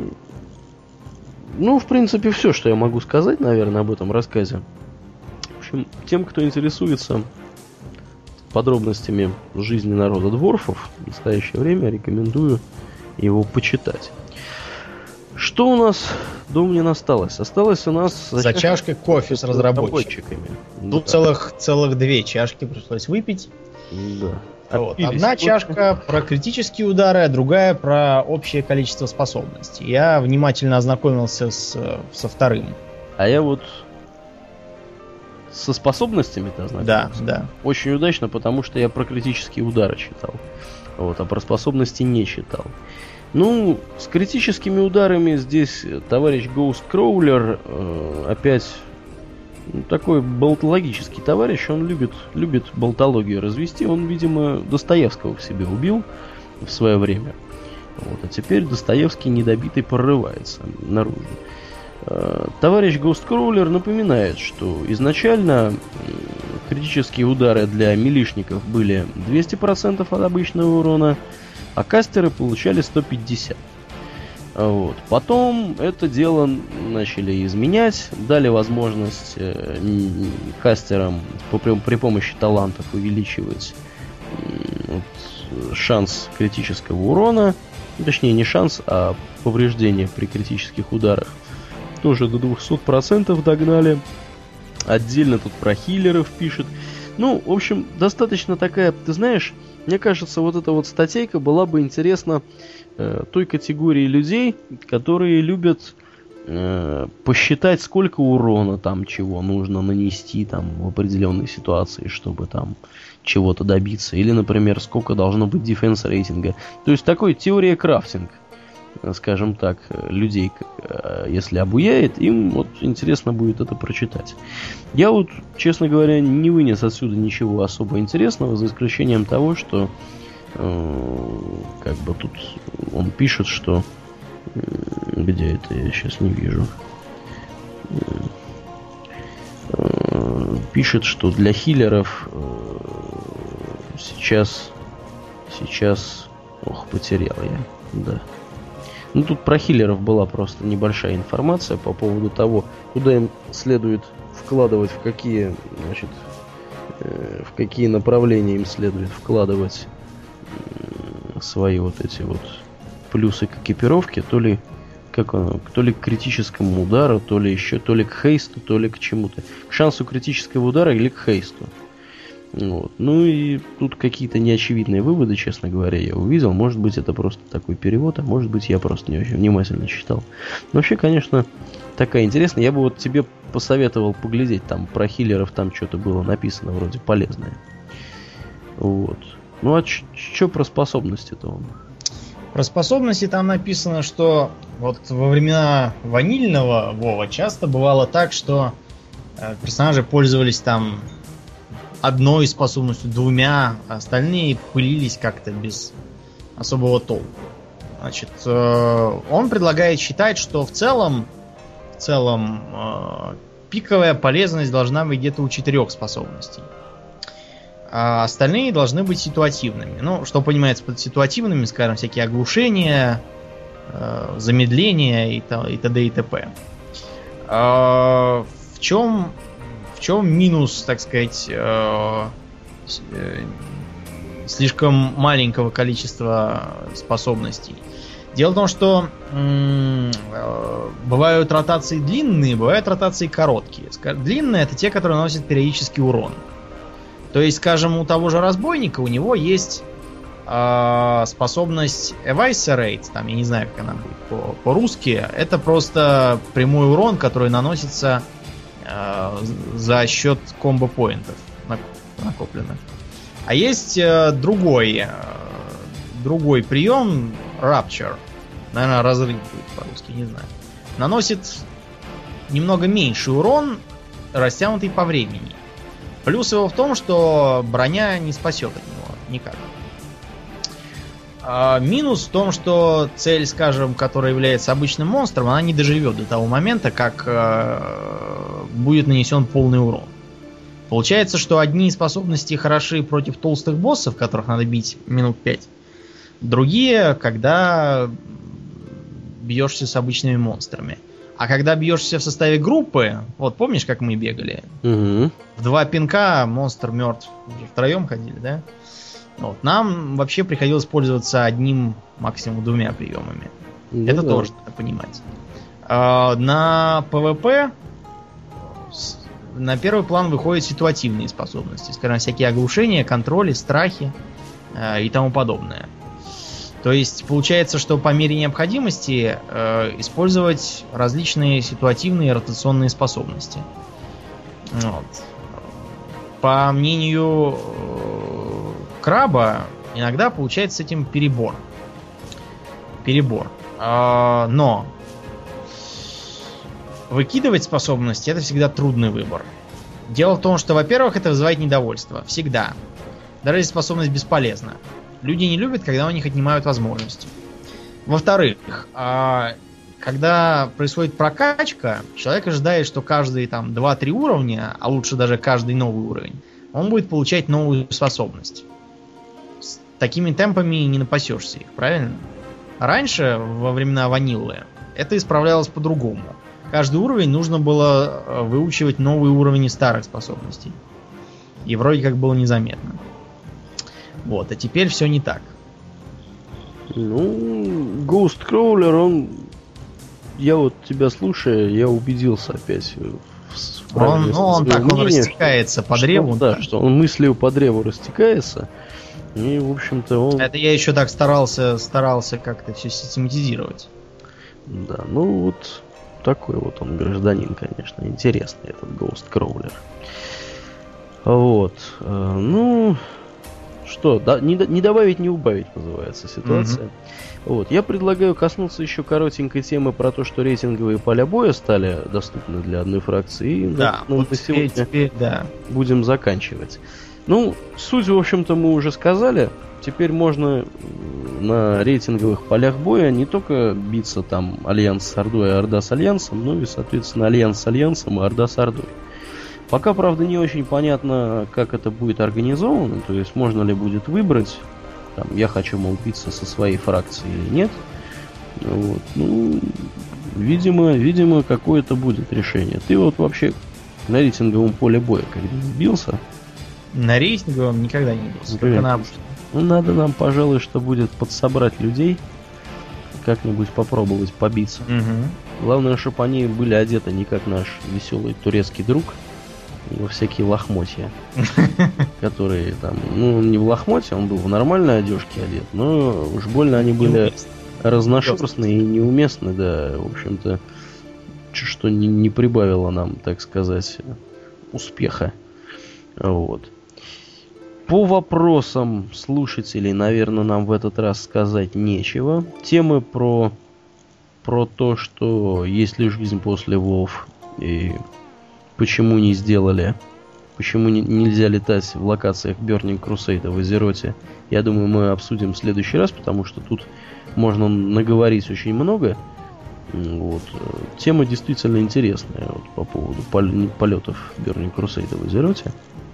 в принципе, все, что я могу сказать, наверное, об этом рассказе. В общем, тем, кто интересуется подробностями жизни народа дворфов в настоящее время, рекомендую его почитать. Что у нас, Домнин, осталось? Осталось у нас за чашкой кофе с разработчиками. Тут целых 2 чашки пришлось выпить. Да. Вот. Одна чашка про критические удары, а другая про общее количество способностей. Я внимательно ознакомился со вторым. А я вот со способностями-то ознакомился. Да. Очень удачно, потому что я про критические удары читал. Вот, а про способности не читал. С критическими ударами здесь товарищ Ghostcrawler опять такой болтологический товарищ. Он любит болтологию развести. Он, видимо, Достоевского в себе убил в свое время. Вот, а теперь Достоевский недобитый прорывается наружу. Товарищ Ghostcrawler напоминает, что изначально критические удары для милишников были 200% от обычного урона, а кастеры получали 150%. Вот. Потом это дело начали изменять, дали возможность кастерам при помощи талантов увеличивать шанс критического урона, точнее не шанс, а повреждения при критических ударах. Тоже до 200% догнали. Отдельно тут про хиллеров пишет. В общем, достаточно такая, ты знаешь, мне кажется, вот эта вот статейка была бы интересна той категории людей, которые любят посчитать, сколько урона там чего нужно нанести там в определенной ситуации, чтобы там чего-то добиться. Или, например, сколько должно быть дефенс рейтинга. То есть такой теория крафтинг, скажем так, людей, если обуяет, им вот интересно будет это прочитать. Я вот, честно говоря, не вынес отсюда ничего особо интересного, за исключением того, что как бы тут он пишет, что где это, я сейчас не вижу. Пишет, что для хиллеров сейчас потерял я, да. Тут про хиллеров была просто небольшая информация по поводу того, куда им следует вкладывать, в какие направления им следует вкладывать свои вот эти вот плюсы к экипировке, то ли к критическому удару, то ли к хейсту, то ли к чему-то. К шансу критического удара или к хейсту. Вот. И тут какие-то неочевидные выводы, честно говоря, я увидел. Может быть, это просто такой перевод, а может быть, я просто не очень внимательно читал. Но вообще, конечно, такая интересная. Я бы вот тебе посоветовал поглядеть, там про хиллеров там что-то было написано вроде полезное. Вот. А что про способности-то он? Про способности там написано, что вот во времена ванильного Вова часто бывало так, что персонажи пользовались там одной способностью, 2, а остальные пылились как-то без особого толку. Значит, он предлагает считать, что в целом пиковая полезность должна быть где-то у 4 способностей. А остальные должны быть ситуативными. Ну, что понимается под ситуативными, скажем, всякие оглушения, замедления и т.д. и т.п. В чем минус, так сказать, слишком маленького количества способностей? Дело в том, что бывают ротации длинные, бывают ротации короткие. Длинные — это те, которые наносят периодический урон. То есть, скажем, у того же разбойника у него есть способность Eviscerate, там, я не знаю, как она будет по-русски. Это просто прямой урон, который наносится за счет комбо-поинтов накопленных. А есть другой прием, Rupture. Наверное, разрыв будет по-русски, не знаю. Наносит немного меньший урон, растянутый по времени. Плюс его в том, что броня не спасет от него никак. Минус в том, что цель, скажем, которая является обычным монстром, она не доживет до того момента, как будет нанесен полный урон. Получается, что одни способности хороши против толстых боссов, которых надо бить минут 5. Другие, когда бьешься с обычными монстрами. А когда бьешься в составе группы, вот помнишь, как мы бегали? Угу. В 2 пинка монстр мертв. Уже втроем ходили, да? Вот. Нам вообще приходилось пользоваться одним, максимум 2 приемами. Ну, это да. тоже надо понимать. На ПВП на первый план выходят ситуативные способности. Скажем, всякие оглушения, контроли, страхи и тому подобное. То есть получается, что по мере необходимости использовать различные ситуативные и ротационные способности. Вот. По мнению Краба, иногда получается с этим перебор. Но выкидывать способности — это всегда трудный выбор. Дело в том, что, во-первых, это вызывает недовольство. Всегда. Даже если способность бесполезна. Люди не любят, когда у них отнимают возможности. Во-вторых, когда происходит прокачка, человек ожидает, что каждые там 2-3 уровня, а лучше даже каждый новый уровень, он будет получать новую способность. С такими темпами не напасешься их, правильно? Раньше, во времена ваниллы, это исправлялось по-другому. Каждый уровень нужно было выучивать новые уровни старых способностей. И вроде как было незаметно. Вот, а теперь все не так. Ну, Ghost Crawler, он... Я вот тебя слушая, я убедился опять в он так, он растекается по древу. Да, что он мыслью по древу растекается. И, в общем-то, он... Это я еще так старался как-то все систематизировать. Да, ну вот такой вот он гражданин, конечно. Интересный этот Ghost Crawler. Вот. Ну... Что, да, не добавить, не убавить называется ситуация. Вот. Я предлагаю коснуться еще коротенькой темы про то, что рейтинговые поля боя стали доступны для одной фракции. И да, вот на сегодня теперь, да, будем заканчивать. Ну, суть, в общем-то, мы уже сказали. Теперь можно на рейтинговых полях боя не только биться там Альянс с Ордой, а Орда с Альянсом, но и, соответственно, Альянс с Альянсом и Орда с Ордой. Пока, правда, не очень понятно, как это будет организовано, то есть можно ли будет выбрать, там, я хочу, мол, биться со своей фракцией или нет. Вот. Ну, видимо, какое-то будет решение. Ты вот вообще на рейтинговом поле боя когда-нибудь бился? На рейтинговом никогда не бился. Только на обычном. Ну, надо нам, пожалуй, что будет подсобрать людей, как-нибудь попробовать побиться. Угу. Главное, чтобы они были одеты не как наш веселый турецкий друг, во всякие лохмотья, которые там, ну, не в лохмотья, он был в нормальной одежке одет, но уж больно они были разношерстные и неуместны, да, в общем-то, что не прибавило нам, так сказать, успеха. Вот. По вопросам слушателей, наверное, нам в этот раз сказать нечего. Темы про то, что есть ли жизнь после WoW и почему не сделали почему нельзя летать в локациях Burning Crusade в Азероте, я думаю, мы обсудим в следующий раз, потому что тут можно наговорить очень много. Вот. Тема действительно интересная вот, по поводу полетов Burning Crusade в Азероте.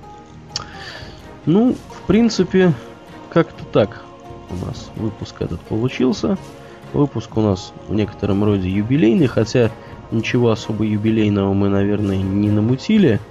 Ну, в принципе, как-то так у нас выпуск этот получился. Выпуск у нас в некотором роде юбилейный, хотя ничего особо юбилейного мы, наверное, не намутили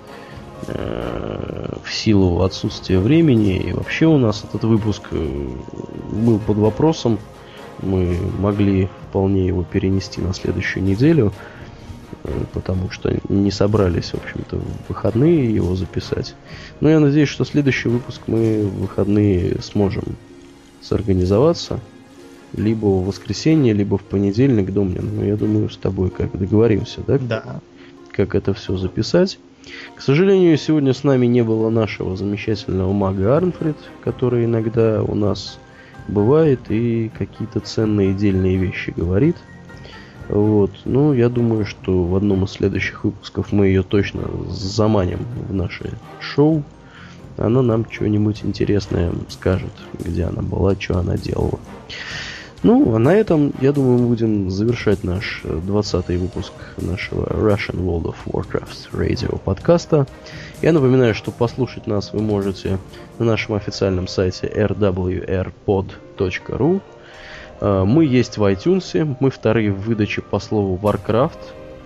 в силу отсутствия времени. И вообще у нас этот выпуск был под вопросом. Мы могли вполне его перенести на следующую неделю, потому что не собрались, в общем-то, в выходные его записать. Но я надеюсь, что следующий выпуск мы в выходные сможем сорганизоваться. Либо в воскресенье, либо в понедельник, Домнин. Ну, я думаю, с тобой как договоримся, да? Да. Как это все записать. К сожалению, сегодня с нами не было нашего замечательного мага Арнфрид, который иногда у нас бывает и какие-то ценные дельные вещи говорит. Вот. Ну, я думаю, что в одном из следующих выпусков мы ее точно заманим в наше шоу. Она нам что-нибудь интересное скажет, где она была, что она делала. Ну, а на этом, я думаю, мы будем завершать наш 20-й выпуск нашего Russian World of Warcraft Radio подкаста. Я напоминаю, что послушать нас вы можете на нашем официальном сайте rwrpod.ru. Мы есть в iTunes, мы вторые в выдаче по слову Warcraft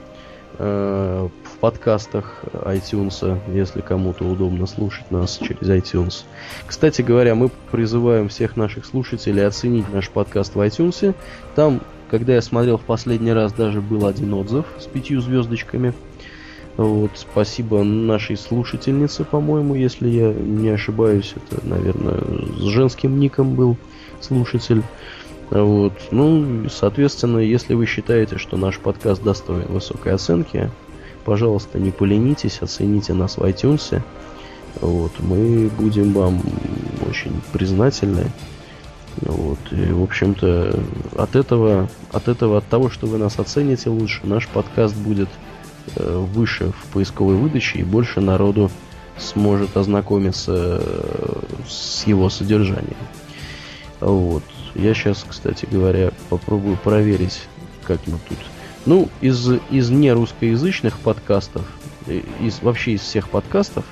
в подкастах iTunes, если кому-то удобно слушать нас через iTunes. Кстати говоря, мы призываем всех наших слушателей оценить наш подкаст в iTunes. Там, когда я смотрел в последний раз, даже был один отзыв с 5 звездочками. Вот, спасибо нашей слушательнице, по-моему, если я не ошибаюсь. Это, наверное, с женским ником был слушатель. Вот. Ну, соответственно, если вы считаете, что наш подкаст достоин высокой оценки, пожалуйста, не поленитесь, оцените нас в iTunes. Вот. Мы будем вам очень признательны. Вот. И, в общем-то, от того, что вы нас оцените лучше, наш подкаст будет выше в поисковой выдаче, и больше народу сможет ознакомиться с его содержанием. Вот. Я сейчас, кстати говоря, попробую проверить, как мы тут. Ну, из нерусскоязычных подкастов, вообще из всех подкастов,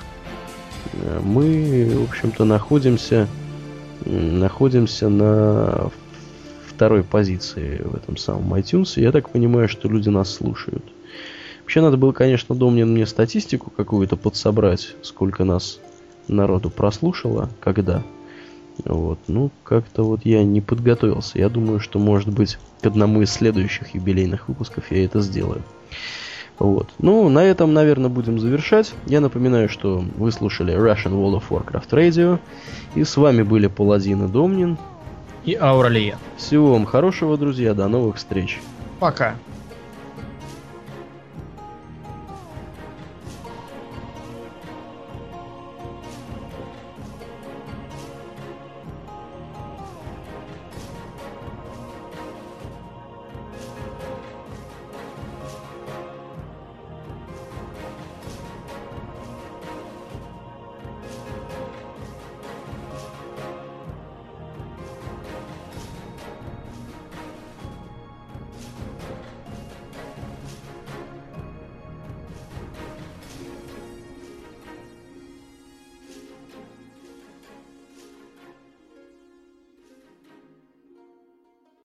мы, в общем-то, находимся на второй позиции в этом самом iTunes. Я так понимаю, что люди нас слушают. Вообще, надо было, конечно, Домнин, мне статистику какую-то подсобрать, сколько нас народу прослушало, когда. Вот, ну, как-то вот я не подготовился. Я думаю, что, может быть, к одному из следующих юбилейных выпусков я это сделаю. Вот. Ну, на этом, наверное, будем завершать. Я напоминаю, что вы слушали Russian World of Warcraft Radio. И с вами были Паладин и Домнин. И Ауралия. Всего вам хорошего, друзья. До новых встреч. Пока.